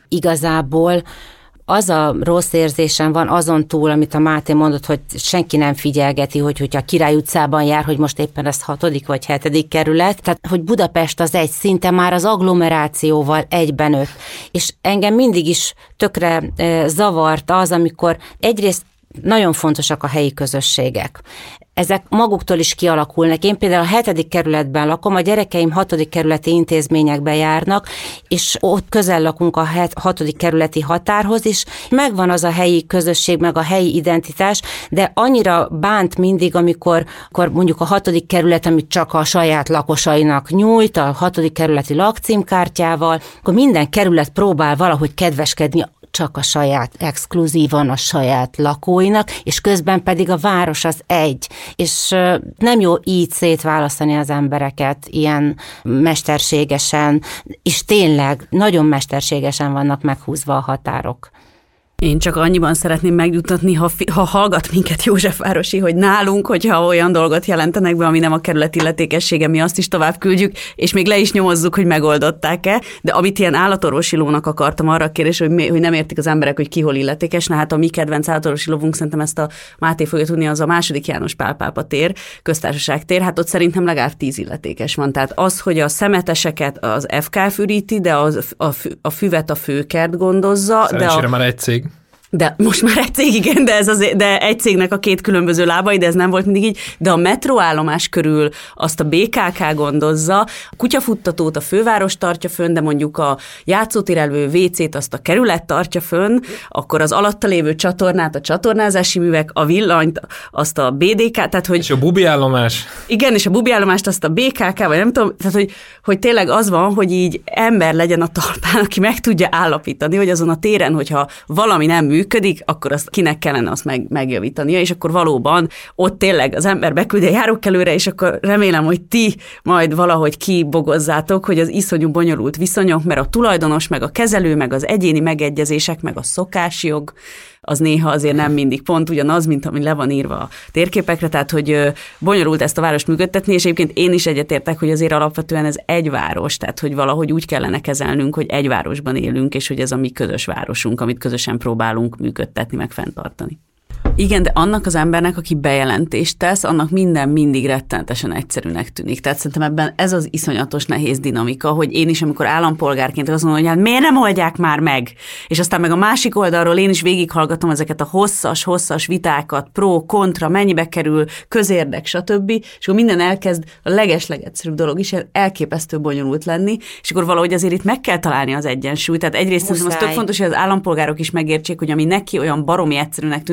igazából az a rossz érzésem van azon túl, amit a Máté mondott, hogy senki nem figyelgeti, hogy hogyha Király utcában jár, hogy most éppen ez hatodik vagy hetedik kerület, tehát hogy Budapest az egy szinte már az agglomerációval egyben nőtt. És engem mindig is tökre e, zavart az, amikor egyrészt nagyon fontosak a helyi közösségek. Ezek maguktól is kialakulnak. Én például a hetedik kerületben lakom, a gyerekeim hatodik kerületi intézményekbe járnak, és ott közel lakunk a hatodik kerületi határhoz is. Megvan az a helyi közösség, meg a helyi identitás, de annyira bánt mindig, amikor, amikor mondjuk a hatodik kerület, amit csak a saját lakosainak nyújt, a hatodik kerületi lakcímkártyával, akkor minden kerület próbál valahogy kedveskedni csak a saját, exkluzívan a saját lakóinak, és közben pedig a város az egy. És nem jó így szétválasztani az embereket ilyen mesterségesen, és tényleg nagyon mesterségesen vannak meghúzva a határok. Én csak annyiban szeretném megjutatni, ha, fi, ha hallgat minket Józsefvárosi, hogy nálunk, hogyha olyan dolgot jelentenek be, ami nem a kerület illetékessége, mi azt is tovább küldjük, és még le is nyomozzuk, hogy megoldották-e. De amit ilyen állatorvosi lónak akartam arra a kérdés, hogy, mi, hogy nem értik az emberek, hogy ki hol illetékes, na hát a mi kedvenc állatorvosi lovunk, szerintem ezt a Máté fogja tudni, az a második János Pál pápa tér, köztársaság tér, hát ott szerintem legalább tíz illetékes van. Tehát az, hogy a szemeteseket az ef ká üríti, de az, a, fü, a füvet a főkert gondozza. Szerencsére de a, már egy cég. De most már egy cég, igen, de, ez az, de egy cégnek a két különböző lábai, de ez nem volt mindig így, de a metróállomás körül azt a bé ká ká gondozza, a kutyafuttatót a főváros tartja fönn, de mondjuk a játszótérelvő vé cét azt a kerület tartja fönn, akkor az alatta lévő csatornát, a csatornázási művek, a villanyt, azt a bé dé ká, tehát hogy... És a bubi állomás. Igen, és a bubi állomást azt a bé ká ká, vagy nem tudom, tehát hogy, hogy tényleg az van, hogy így ember legyen a talpán, aki meg tudja állapítani, hogy azon a téren, hogyha valami nem működik, működik, akkor azt kinek kellene azt meg, megjavítania, és akkor valóban ott tényleg az ember beküldi a járókelőre, és akkor remélem, hogy ti majd valahogy kibogozzátok, hogy az iszonyú bonyolult viszonyok, mert a tulajdonos, meg a kezelő, meg az egyéni megegyezések, meg a szokásjog, az néha azért nem mindig pont ugyanaz, mint ami le van írva a térképekre, tehát hogy bonyolult ezt a várost működtetni, és egyébként én is egyetértek, hogy azért alapvetően ez egy város, tehát hogy valahogy úgy kellene kezelnünk, hogy egy városban élünk, és hogy ez a mi közös városunk, amit közösen próbálunk működtetni, meg fenntartani. Igen, de annak az embernek, aki bejelentést tesz, annak minden mindig rettenetesen egyszerűnek tűnik. Tehát szerintem ebben ez az iszonyatos nehéz dinamika, hogy én is, amikor állampolgárként azt mondom, hogy hát miért nem oldják már meg? És aztán meg a másik oldalról én is végighallgatom ezeket a hosszas, hosszas vitákat, pro, kontra, mennyibe kerül, közérdek, stb. És akkor minden elkezd a legeslegegyszerűbb dolog is elképesztő bonyolult lenni, és akkor valahogy azért itt meg kell találni az egyensúlyt. Tehát egyrészt szerintem az tök fontos, hogy az állampolgárok is megértsék, hogy ami neki olyan baromi egyszerűnek tűnik,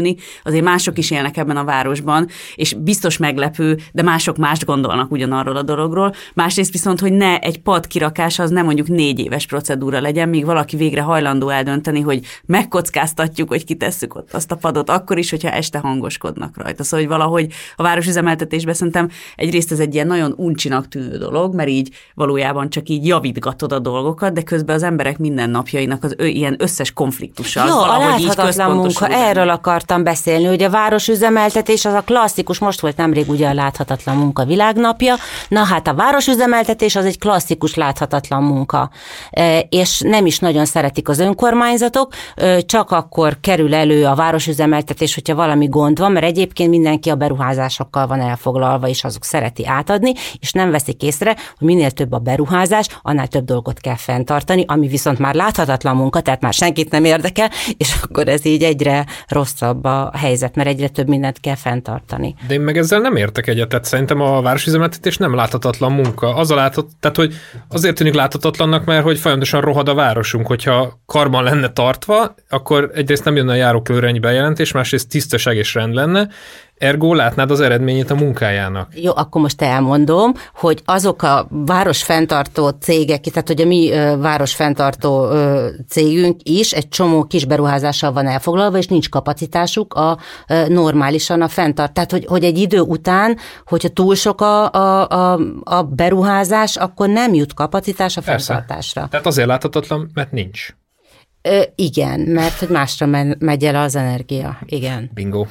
azért mások is élnek ebben a városban, és biztos meglepő, de mások mást gondolnak ugyanarról a dologról. Másrészt viszont, hogy ne egy pad kirakása az nem mondjuk négy éves procedúra legyen, míg valaki végre hajlandó eldönteni, hogy megkockáztatjuk, hogy kitesszük ott azt a padot, akkor is, hogyha este hangoskodnak rajta. Szóval, hogy valahogy a városüzemeltetésben szerintem egyrészt ez egy ilyen nagyon uncsinak tűnő dolog, mert így valójában csak így javítgatod a dolgokat, de közben az emberek mindennapjainak az ő, ilyen összes konfliktussal. Jó, a láthatatlan munka, erről akartam beszélni, hogy a városüzemeltetés az a klasszikus, most volt nemrég ugye a láthatatlan munka világnapja, na hát a városüzemeltetés az egy klasszikus láthatatlan munka, és nem is nagyon szeretik az önkormányzatok, csak akkor kerül elő a városüzemeltetés, hogyha valami gond van, mert egyébként mindenki a beruházásokkal van elfoglalva, és azok szereti átadni, és nem veszik észre, hogy minél több a beruházás, annál több dolgot kell fenntartani, ami viszont már láthatatlan munka, tehát már senkit nem érdekel, és akkor ez így egyre rosszabb a helyzet, mert egyre több mindent kell fenntartani. De én meg ezzel nem értek egyet, tehát szerintem a városüzemeltetés nem láthatatlan munka. Az a láthat, tehát hogy azért tűnik láthatatlannak, mert hogy folyamatosan rohad a városunk, hogyha karban lenne tartva, akkor egyrészt nem jönne a járókelőre ennyi bejelentés, másrészt tisztaság és rend lenne, ergo látnád az eredményét a munkájának. Jó, akkor most elmondom, hogy azok a városfenntartó cégek, tehát hogy a mi városfenntartó cégünk is egy csomó kis beruházással van elfoglalva, és nincs kapacitásuk a normálisan a fenntart. Tehát, hogy, hogy egy idő után, hogyha túl sok a, a, a, a beruházás, akkor nem jut kapacitás a fenntartásra. Tehát azért láthatatlan, mert nincs. Ö, igen, mert hogy másra megy el az energia. Igen. Bingo.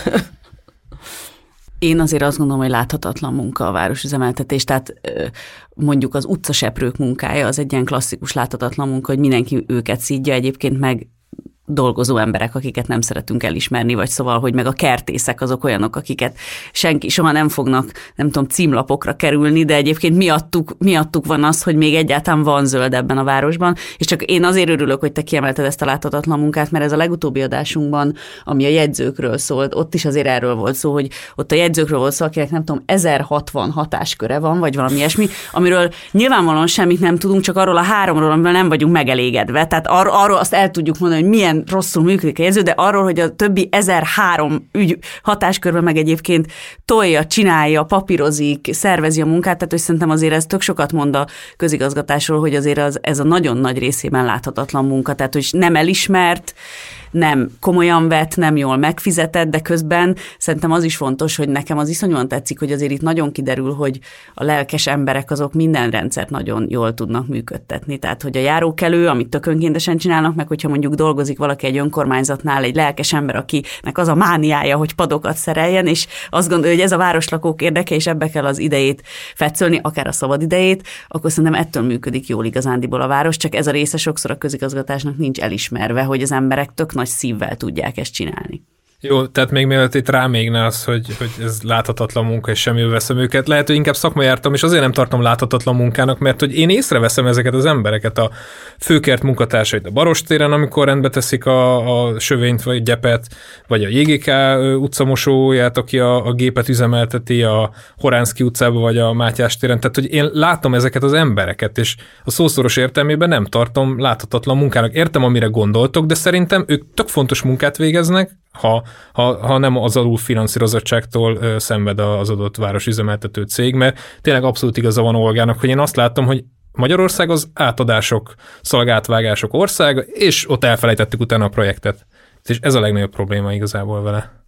Én azért azt gondolom, hogy láthatatlan munka a városüzemeltetés, tehát mondjuk az utcaseprők munkája az egy ilyen klasszikus láthatatlan munka, hogy mindenki őket szídja, egyébként meg dolgozó emberek, akiket nem szeretünk elismerni, vagy szóval, hogy meg a kertészek azok olyanok, akiket senki soha nem fognak, nem tudom, címlapokra kerülni, de egyébként miattuk, miattuk van az, hogy még egyáltalán van zöld ebben a városban, és csak én azért örülök, hogy te kiemelted ezt a láthatatlan munkát, mert ez a legutóbbi adásunkban, ami a jegyzőkről szólt, ott is azért erről volt szó, hogy ott a jegyzőkről volt szó, akinek nem tudom, ezerhatvan hatásköre van, vagy valami ilyesmi, amiről nyilvánvalóan semmit nem tudunk, csak arról a háromról, amivel nem vagyunk megelégedve. Tehát ar- arról azt el tudjuk mondani, hogy milyen rosszul működik a jegyző, de arról, hogy a többi ezerhárom ügy hatáskörben meg egyébként tolja, csinálja, papírozik, szervezi a munkát, tehát hogy szerintem azért ez tök sokat mond a közigazgatásról, hogy azért az, ez a nagyon nagy részében láthatatlan munka, tehát hogy nem elismert, nem komolyan vett, nem jól megfizetett, de közben szerintem az is fontos, hogy nekem az iszonyúan tetszik, hogy azért itt nagyon kiderül, hogy a lelkes emberek azok minden rendszert nagyon jól tudnak működtetni. Tehát, hogy a járókelő, amit tök önkéntesen csinálnak, meg hogyha mondjuk dolgozik valaki egy önkormányzatnál, egy lelkes ember, akinek az a mániája, hogy padokat szereljen, és azt gondolja, hogy ez a városlakók érdeke, és ebbe kell az idejét fetszölni, akár a szabad idejét, akkor szerintem ettől működik jól igazándiból a város, csak ez a része sokszor a közigazgatásnak nincs elismerve, hogy az emberek tök nagy szívvel tudják ezt csinálni. Jó, tehát még mielőtt itt rámégne az, hogy, hogy ez láthatatlan munka, és semmivel veszem őket. Lehet, hogy inkább szakma jártam, és azért nem tartom láthatatlan munkának, mert hogy én észreveszem ezeket az embereket, a főkert munkatársait a Barostéren, amikor rendbe teszik a, a sövényt, vagy gyepet, vagy a jé gé ká utcamosóját, aki a, a gépet üzemelteti a Horánszky utcában, vagy a Mátyás téren. Tehát, hogy én látom ezeket az embereket, és a szószoros értelmében nem tartom láthatatlan munkának. Értem, amire gondoltok, de szerintem ők tök fontos munkát végeznek, ha, ha, ha nem az alul finanszírozottságtól ö, szenved az adott városüzemeltető cég, mert tényleg abszolút igaza van Olgának, hogy én azt látom, hogy Magyarország az átadások, szalagátvágások ország, és ott elfelejtettük utána a projektet. És ez a legnagyobb probléma igazából vele.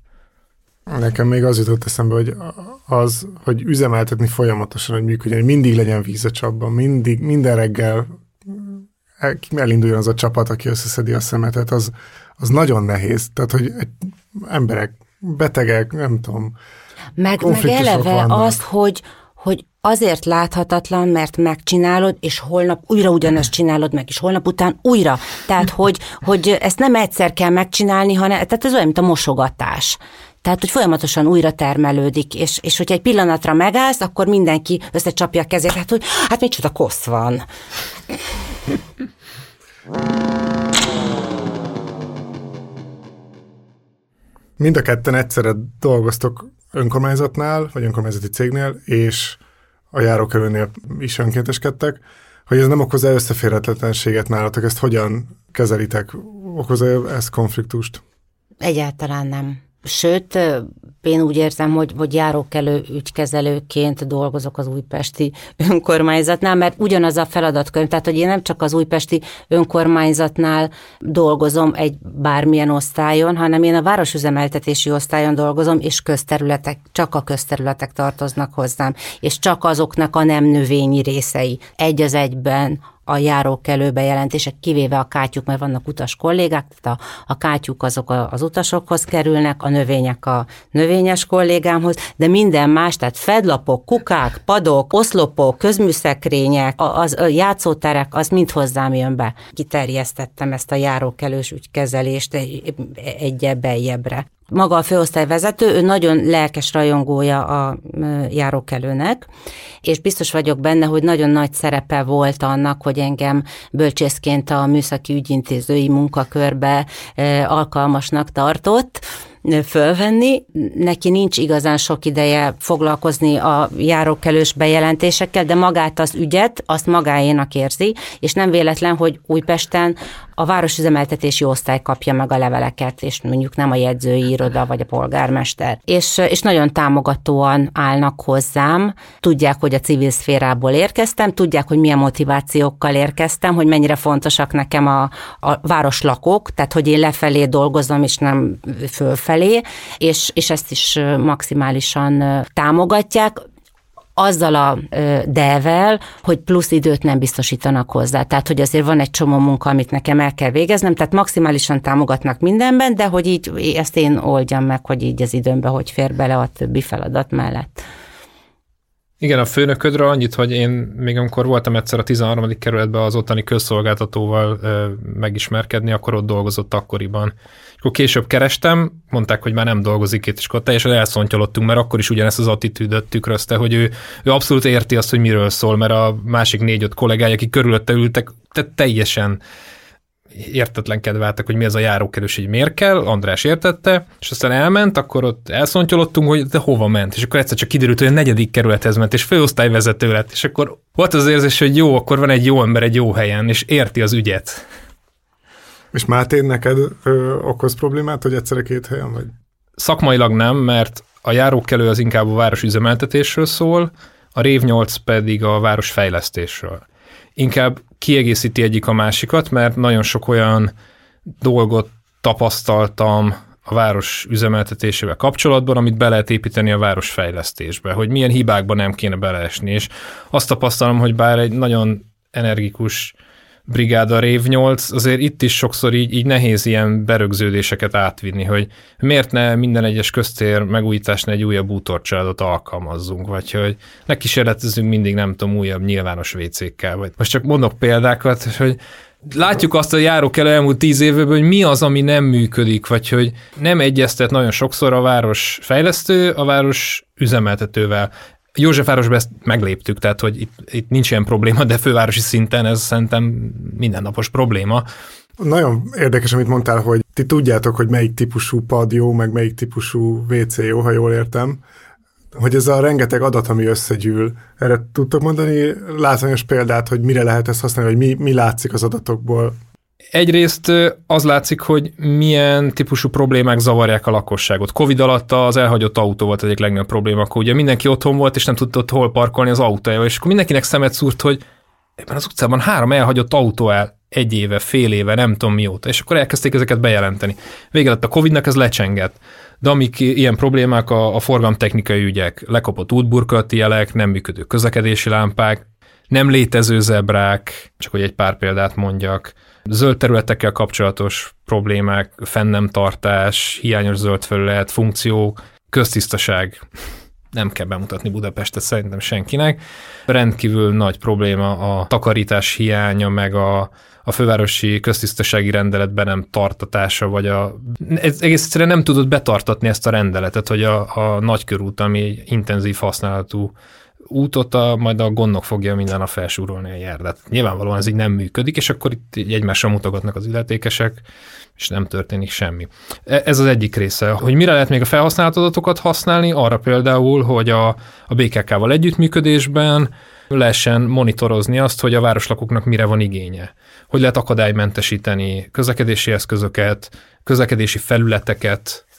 Nekem még az jutott eszembe, hogy az, hogy üzemeltetni folyamatosan, hogy működjön, hogy mindig legyen víz a csapban, mindig, minden reggel elinduljon az a csapat, aki összeszedi a szemetet, az, az nagyon nehéz. Tehát, hogy emberek, betegek, nem tudom, meg, meg eleve vannak. Azt, hogy, hogy azért láthatatlan, mert megcsinálod, és holnap újra ugyanezt csinálod meg, és holnap után újra. Tehát, hogy, hogy ezt nem egyszer kell megcsinálni, hanem tehát ez olyan, mint a mosogatás. Tehát, hogy folyamatosan újra termelődik, és, és hogyha egy pillanatra megállsz, akkor mindenki összecsapja a kezét, hát, hogy hát micsoda kosz van. Mind a ketten egyszerre dolgoztok önkormányzatnál, vagy önkormányzati cégnél, és a járókelőnél is önkénteskedtek, hogy ez nem okoz-e összeférhetetlenséget nálatok, ezt hogyan kezelitek? Okoz-e ez konfliktust? Egyáltalán nem. Sőt, én úgy érzem, hogy, hogy járókelő ügykezelőként dolgozok az újpesti önkormányzatnál, mert ugyanaz a feladatkör, tehát hogy én nem csak az újpesti önkormányzatnál dolgozom egy bármilyen osztályon, hanem én a városüzemeltetési osztályon dolgozom, és közterületek, csak a közterületek tartoznak hozzám, és csak azoknak a nem növényi részei egy az egyben a járókelő bejelentések, kivéve a kátyuk, mert vannak utas kollégák, tehát a, a kátyuk azok a, az utasokhoz kerülnek, a növények a növényes kollégámhoz, de minden más, tehát fedlapok, kukák, padok, oszlopok, közműszekrények, az a játszóterek, az mind hozzám jön be. Kiterjesztettem ezt a járókelős ügykezelést egyebb beljebbre. Maga a főosztályvezető, ő nagyon lelkes rajongója a járókelőnek, és biztos vagyok benne, hogy nagyon nagy szerepe volt annak, hogy engem bölcsészként a műszaki ügyintézői munkakörbe alkalmasnak tartott fölvenni. Neki nincs igazán sok ideje foglalkozni a járókelős bejelentésekkel, de magát az ügyet, azt magáénak érzi, és nem véletlen, hogy Újpesten a városüzemeltetési osztály kapja meg a leveleket, és mondjuk nem a jegyzői iroda vagy a polgármester. És, és nagyon támogatóan állnak hozzám, tudják, hogy a civil szférából érkeztem, tudják, hogy milyen motivációkkal érkeztem, hogy mennyire fontosak nekem a, a városlakók, tehát hogy én lefelé dolgozom, és nem fölfelé, és, és ezt is maximálisan támogatják, azzal a de-vel, hogy plusz időt nem biztosítanak hozzá. Tehát, hogy azért van egy csomó munka, amit nekem el kell végeznem, tehát maximálisan támogatnak mindenben, de hogy így ezt én oldjam meg, hogy így az időmbe hogy fér bele a többi feladat mellett. Igen, a főnöködről annyit, hogy én még amikor voltam egyszer a tizenharmadik kerületben az ottani közszolgáltatóval ö, megismerkedni, akkor ott dolgozott akkoriban. Akkor később kerestem, mondták, hogy már nem dolgozik itt, és akkor teljesen elszontyolottunk, mert akkor is ugyanezt az attitűdöt tükrözte, hogy ő, ő abszolút érti azt, hogy miről szól, mert a másik négy-öt kollégája, akik körülötte ültek, tehát teljesen értetlenkedve álltak, hogy mi ez a járókelős, hogy miért kell, András értette, és aztán elment, akkor ott elszontyolottunk, hogy de hova ment, és akkor egyszer csak kiderült, hogy a negyedik kerülethez ment, és főosztályvezető lett, és akkor volt az érzés, hogy jó, akkor van egy jó ember egy jó helyen, és érti az ügyet. És Máté, neked ö, okoz problémát, hogy egyszerre két helyen vagy? Szakmailag nem, mert a járókelő az inkább a városüzemeltetésről szól, a Rév nyolc pedig a városfejlesztésről. Inkább kiegészíti egyik a másikat, mert nagyon sok olyan dolgot tapasztaltam a város üzemeltetésével kapcsolatban, amit be lehet építeni a városfejlesztésbe, hogy milyen hibákban nem kéne beleesni, és azt tapasztalom, hogy bár egy nagyon energikus brigáda Rév nyolc, azért itt is sokszor így, így nehéz ilyen berögződéseket átvinni, hogy miért ne minden egyes köztér megújításnál egy újabb bútorcsaládot alkalmazzunk, vagy hogy ne kísérletezünk mindig, nem tudom, újabb nyilvános vécékkel. Vagy most csak mondok példákat, hogy látjuk azt a járókelő elmúlt tíz évben, hogy mi az, ami nem működik, vagy hogy nem egyeztet nagyon sokszor a város fejlesztő a város üzemeltetővel. Józsefvárosban ezt megléptük, tehát hogy itt, itt nincs ilyen probléma, de fővárosi szinten ez szerintem mindennapos probléma. Nagyon érdekes, amit mondtál, hogy ti tudjátok, hogy melyik típusú pad jó, meg melyik típusú vé cé jó, ha jól értem. Hogy ez a rengeteg adat, ami összegyűl, erre tudtok mondani látványos példát, hogy mire lehet ezt használni, hogy mi, mi látszik az adatokból? Egyrészt az látszik, hogy milyen típusú problémák zavarják a lakosságot. Covid alatt az elhagyott autó volt egyik legnagyobb probléma, akkor ugye mindenki otthon volt, és nem tudott hol parkolni az autójával, és akkor mindenkinek szemet szúrt, hogy ebben az utcában három elhagyott autó el egy éve, fél éve, nem tudom mióta, és akkor elkezdték ezeket bejelenteni. Vége lett a Covidnak, ez lecsengett. De amik ilyen problémák, a, a forgalomtechnikai ügyek, lekopott útburkolati jelek, nem működő közlekedési lámpák, nem létező zebrák, csak hogy egy pár példát mondjak, zöld területekkel kapcsolatos problémák, fenn nem tartás, hiányos zöld felület, funkció, köztisztaság. Nem kell bemutatni Budapestet szerintem senkinek. Rendkívül nagy probléma a takarítás hiánya, meg a, a fővárosi köztisztasági rendeletben nem tartatása, vagy a, ez egész egyszerűen nem tudod betartatni ezt a rendeletet, hogy a, a nagykörút, ami egy intenzív használatú útot, a, majd a gondnok fogja minden nap felsúrolni a járdát. Nyilvánvalóan ez így nem működik, és akkor itt egymásra mutogatnak az illetékesek, és nem történik semmi. Ez az egyik része. Hogy mire lehet még a felhasznált adatokat használni? Arra például, hogy a, a bé ká ká-val együttműködésben lehessen monitorozni azt, hogy a városlakóknak mire van igénye. Hogy lehet akadálymentesíteni közlekedési eszközöket, közlekedési felületeket,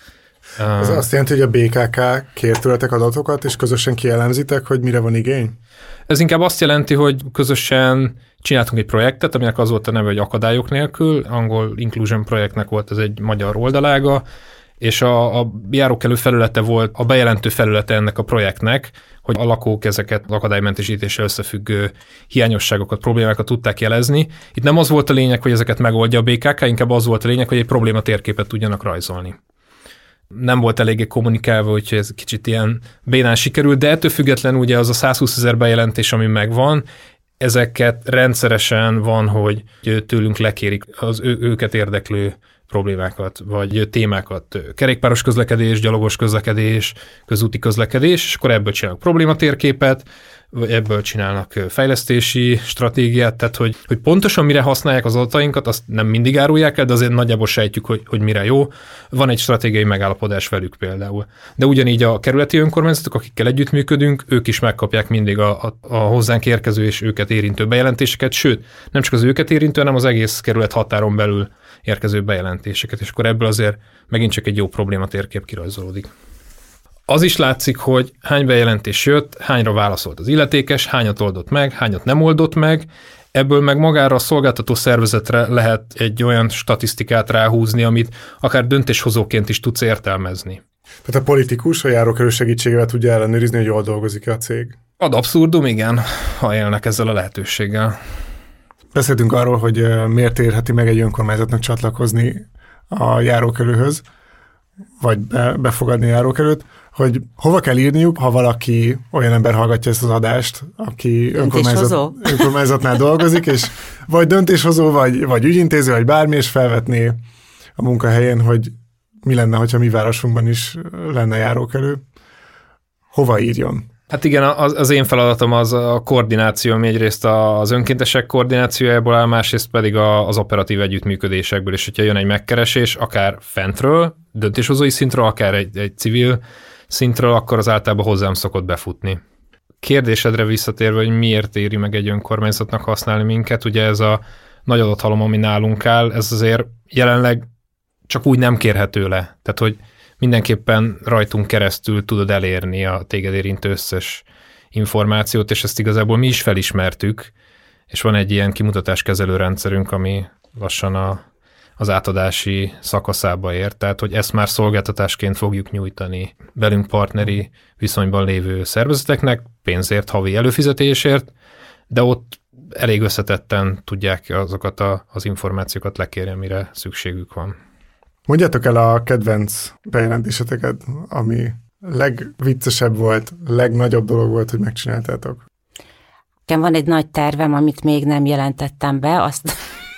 Ez uh, azt jelenti, hogy a bé ká ká kér tőletek adatokat, és közösen kielemzitek, hogy mire van igény? Ez inkább azt jelenti, hogy közösen csináltunk egy projektet, aminek az volt a neve, hogy Akadályok nélkül, angol Inclusion projektnek volt ez egy magyar oldalága, és a, a járókelő felülete volt a bejelentő felülete ennek a projektnek, hogy a lakók ezeket az akadálymentesítéssel összefüggő hiányosságokat, problémákat tudták jelezni. Itt nem az volt a lényeg, hogy ezeket megoldja a bé ká ká, inkább az volt a lényeg, hogy egy probléma térképet tudjanak rajzolni. Nem volt eléggé kommunikálva, úgyhogy ez kicsit ilyen bénán sikerült, de ettől függetlenül ugye az a százhúszezer bejelentés, ami megvan, ezeket rendszeresen van, hogy tőlünk lekérik az ő, őket érdeklő problémákat, vagy témákat, kerékpáros közlekedés, gyalogos közlekedés, közúti közlekedés, és akkor ebből csinálnak problématérképet, vagy ebből csinálnak fejlesztési stratégiát, tehát hogy, hogy pontosan mire használják az adatainkat, azt nem mindig árulják el, de azért nagyjából sejtjük, hogy, hogy mire jó. Van egy stratégiai megállapodás velük például. De ugyanígy a kerületi önkormányzatok, akikkel együttműködünk, ők is megkapják mindig a, a, a hozzánk érkező és őket érintő bejelentéseket, sőt, nem csak az őket érintő, hanem az egész kerület határon belül érkező bejelentéseket, és akkor ebből azért megint csak egy jó problématérkép kirajzolódik. Az is látszik, hogy hány bejelentés jött, hányra válaszolt az illetékes, hányat oldott meg, hányat nem oldott meg, ebből meg magára a szolgáltató szervezetre lehet egy olyan statisztikát ráhúzni, amit akár döntéshozóként is tudsz értelmezni. Tehát a politikus a járókelő segítségével tudja ellenőrizni, hogy jól dolgozik-e a cég? Ad abszurdum, igen, ha élnek ezzel a lehetőséggel. Beszéltünk arról, hogy miért érheti meg egy önkormányzatnak csatlakozni a járókelőhöz, vagy be, befogadni a járókelőt, hogy hova kell írniuk, ha valaki olyan ember hallgatja ezt az adást, aki önkormányzat, önkormányzatnál dolgozik, és vagy döntéshozó, vagy, vagy ügyintéző, vagy bármi, és felvetné a munkahelyén, hogy mi lenne, hogyha mi városunkban is lenne járókelő. Hova írjon? Hát igen, az, az én feladatom az a koordináció, ami egyrészt az önkéntesek koordinációjából áll, másrészt pedig a, az operatív együttműködésekből, és hogyha jön egy megkeresés, akár fentről, döntéshozói szintről, akár egy, egy civil szintről, akkor az általában hozzám szokott befutni. Kérdésedre visszatérve, hogy miért éri meg egy önkormányzatnak használni minket, ugye ez a nagy adathalom, ami nálunk áll, ez azért jelenleg csak úgy nem kérhető le. Tehát, hogy mindenképpen rajtunk keresztül tudod elérni a téged érintő összes információt, és ezt igazából mi is felismertük, és van egy ilyen kimutatáskezelő rendszerünk, ami lassan a, az átadási szakaszába ér, tehát hogy ezt már szolgáltatásként fogjuk nyújtani velünk partneri viszonyban lévő szervezeteknek, pénzért, havi előfizetésért, de ott elég összetetten tudják azokat a, az információkat lekérni, amire szükségük van. Mondjátok el a kedvenc bejelentéseteket, ami legviccesebb volt, legnagyobb dolog volt, hogy megcsináltátok. Nekem van egy nagy tervem, amit még nem jelentettem be, azt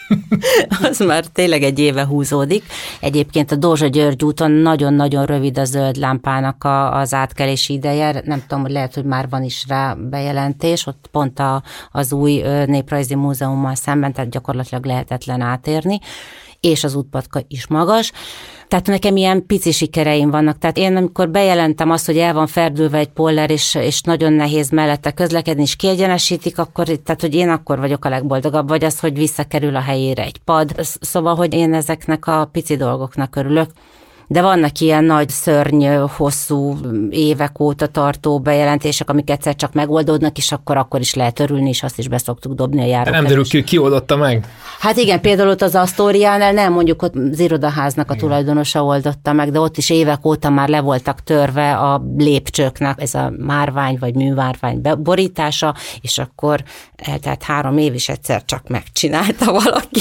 az már tényleg egy éve húzódik. Egyébként a Dózsa-György úton nagyon-nagyon rövid a zöld lámpának a, az átkelési ideje. Nem tudom, hogy lehet, hogy már van is rá bejelentés, ott pont a, az új Néprajzi Múzeummal szemben, tehát gyakorlatilag lehetetlen átérni, és az útpatka is magas. Tehát nekem ilyen pici sikereim vannak. Tehát én amikor bejelentem azt, hogy el van ferdülve egy poller, és, és nagyon nehéz mellette közlekedni, és kiegyenesítik, akkor, tehát hogy én akkor vagyok a legboldogabb, vagy az, hogy visszakerül a helyére egy pad. Szóval, hogy én ezeknek a pici dolgoknak örülök. De vannak ilyen nagy, szörny, hosszú, évek óta tartó bejelentések, amik egyszer csak megoldódnak, és akkor akkor is lehet örülni, és azt is beszoktuk dobni a járókelős. De nem derül ki, ki oldotta meg? Hát igen, például ott az Asztóriánál nem, mondjuk ott az irodaháznak a tulajdonosa oldotta meg, de ott is évek óta már le voltak törve a lépcsőknek ez a márvány vagy műmárvány borítása, és akkor eltelt három év, és egyszer csak megcsinálta valaki.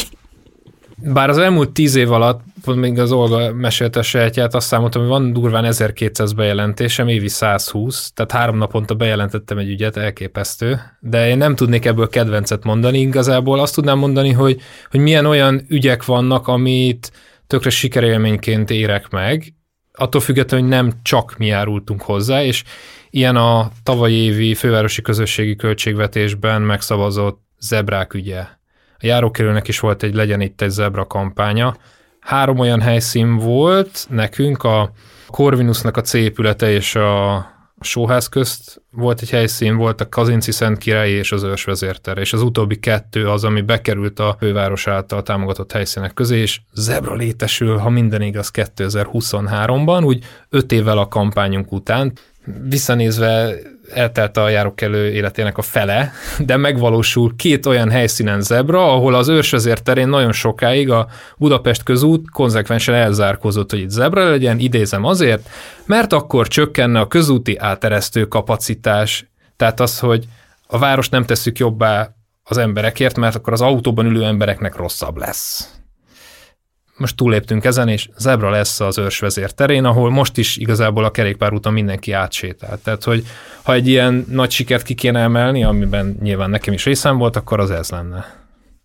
Bár az elmúlt tíz év alatt, pont még az Olga mesélte a sajátját, azt számoltam, hogy van durván ezerkétszáz bejelentésem, évi száz húsz, tehát három naponta bejelentettem egy ügyet, elképesztő, de én nem tudnék ebből kedvencet mondani igazából. Azt tudnám mondani, hogy, hogy milyen olyan ügyek vannak, amit tökre sikerélményként érek meg, attól függetlenül, hogy nem csak mi járultunk hozzá, és ilyen a tavalyi évi fővárosi közösségi költségvetésben megszavazott zebrák ügye. A járókelőnek is volt egy Legyen itt egy zebra kampánya. Három olyan helyszín volt nekünk, a Corvinusnak a C épülete és a A Sóház közt volt egy helyszín, volt a Kazinczy Szentkirályi és az Őrsvezértere, és az utóbbi kettő az, ami bekerült a főváros által támogatott helyszínek közé, és Zebra létesül, ha minden igaz, kétezer-huszonháromban, úgy öt évvel a kampányunk után. Visszanézve eltelt a járókelő életének a fele, de megvalósul két olyan helyszínen Zebra, ahol az Őrsvezérterén nagyon sokáig a Budapest közút konzekvensen elzárkózott, hogy itt Zebra legyen, idézem azért, mert akkor csökkenne a közúti áteresztő kapacitás, tehát az, hogy a város nem tesszük jobbá az emberekért, mert akkor az autóban ülő embereknek rosszabb lesz. Most túléptünk ezen, és Zebra lesz az Őrsvezérterén, ahol most is igazából a kerékpárúton mindenki átsétál. Tehát, hogy ha egy ilyen nagy sikert ki kéne emelni, amiben nyilván nekem is részem volt, akkor az ez lenne.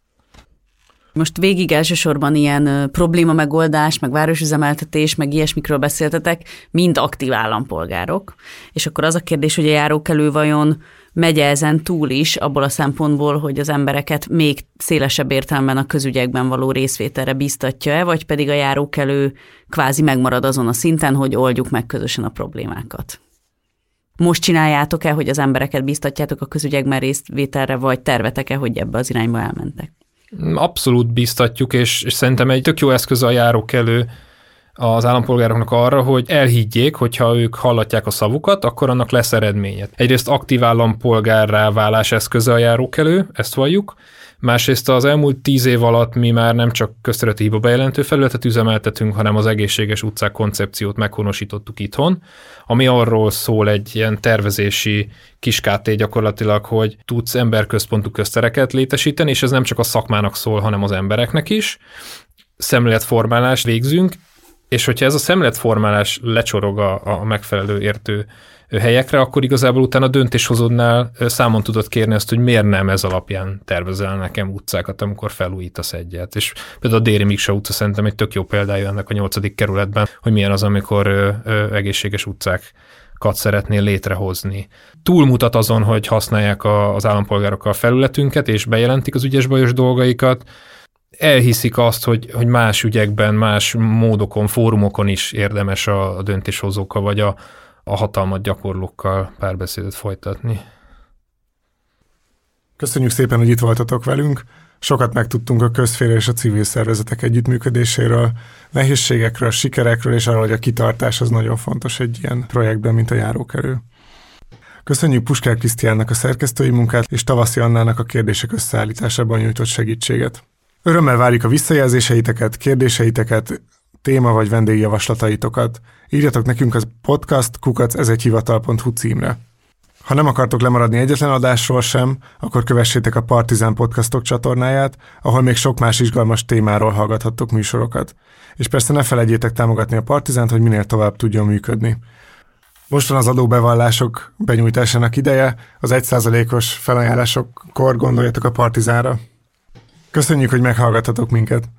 Most végig elsősorban ilyen probléma megoldás, meg városüzemeltetés, meg ilyesmikről beszéltetek, mind aktív állampolgárok. És akkor az a kérdés, hogy a járókelő vajon megy ezen túl is, abból a szempontból, hogy az embereket még szélesebb értelemben a közügyekben való részvételre biztatja-e, vagy pedig a járókelő kvázi megmarad azon a szinten, hogy oldjuk meg közösen a problémákat. Most csináljátok-e, hogy az embereket biztatjátok a közügyekben részvételre, vagy tervetek-e, hogy ebbe az irányba elmentek? Abszolút biztatjuk, és, és szerintem egy tök jó eszköz a járókelő az állampolgároknak arra, hogy elhiggyék, hogyha ők hallatják a szavukat, akkor annak lesz eredménye. Egyrészt aktív állampolgárrá válás eszköze a járókelő, ezt valljuk, másrészt az elmúlt tíz év alatt mi már nem csak közterületi hiba bejelentő felületet üzemeltetünk, hanem az egészséges utcák koncepciót meghonosítottuk itthon, ami arról szól, egy ilyen tervezési kis ká té gyakorlatilag, hogy tudsz emberközpontú köztereket létesíteni, és ez nem csak a szakmának szól, hanem az embereknek is. Szemléletformálást végzünk, és hogyha ez a szemléletformálás lecsorog a, a megfelelő értő helyekre, akkor igazából utána a döntéshozódnál számon tudod kérni azt, hogy miért nem ez alapján tervezel nekem utcákat, amikor felújítasz egyet. És például a Déri Miksa utca szerintem egy tök jó példája ennek a nyolcadik kerületben, hogy milyen az, amikor ö, ö, egészséges utcákat szeretnél létrehozni. Túlmutat azon, hogy használják a, az állampolgárok a felületünket, és bejelentik az ügyes-bajos dolgaikat, elhiszik azt, hogy, hogy más ügyekben, más módokon, fórumokon is érdemes a, a döntéshozókkal, vagy a, a hatalmat gyakorlókkal párbeszédet folytatni. Köszönjük szépen, hogy itt voltatok velünk. Sokat megtudtunk a közféra és a civil szervezetek együttműködéséről, nehézségekről, sikerekről, és arról, hogy a kitartás az nagyon fontos egy ilyen projektben, mint a járókelő. Köszönjük Puskár Krisztiánnak a szerkesztői munkát, és Tavaszi Annának a kérdések összeállításában nyújtott segítséget. Örömmel várjuk a visszajelzéseiteket, kérdéseiteket, téma vagy vendégjavaslataitokat. Írjatok nekünk az podcast kukac ezegyhivatal pont hu címre. Ha nem akartok lemaradni egyetlen adásról sem, akkor kövessétek a Partizán podcastok csatornáját, ahol még sok más izgalmas témáról hallgathattok műsorokat. És persze ne felejtjétek támogatni a Partizánt, hogy minél tovább tudjon működni. Most van az adóbevallások benyújtásának ideje, az egy százalékos felajánlásokkor gondoljatok a Partizánra. Köszönjük, hogy meghallgattatok minket!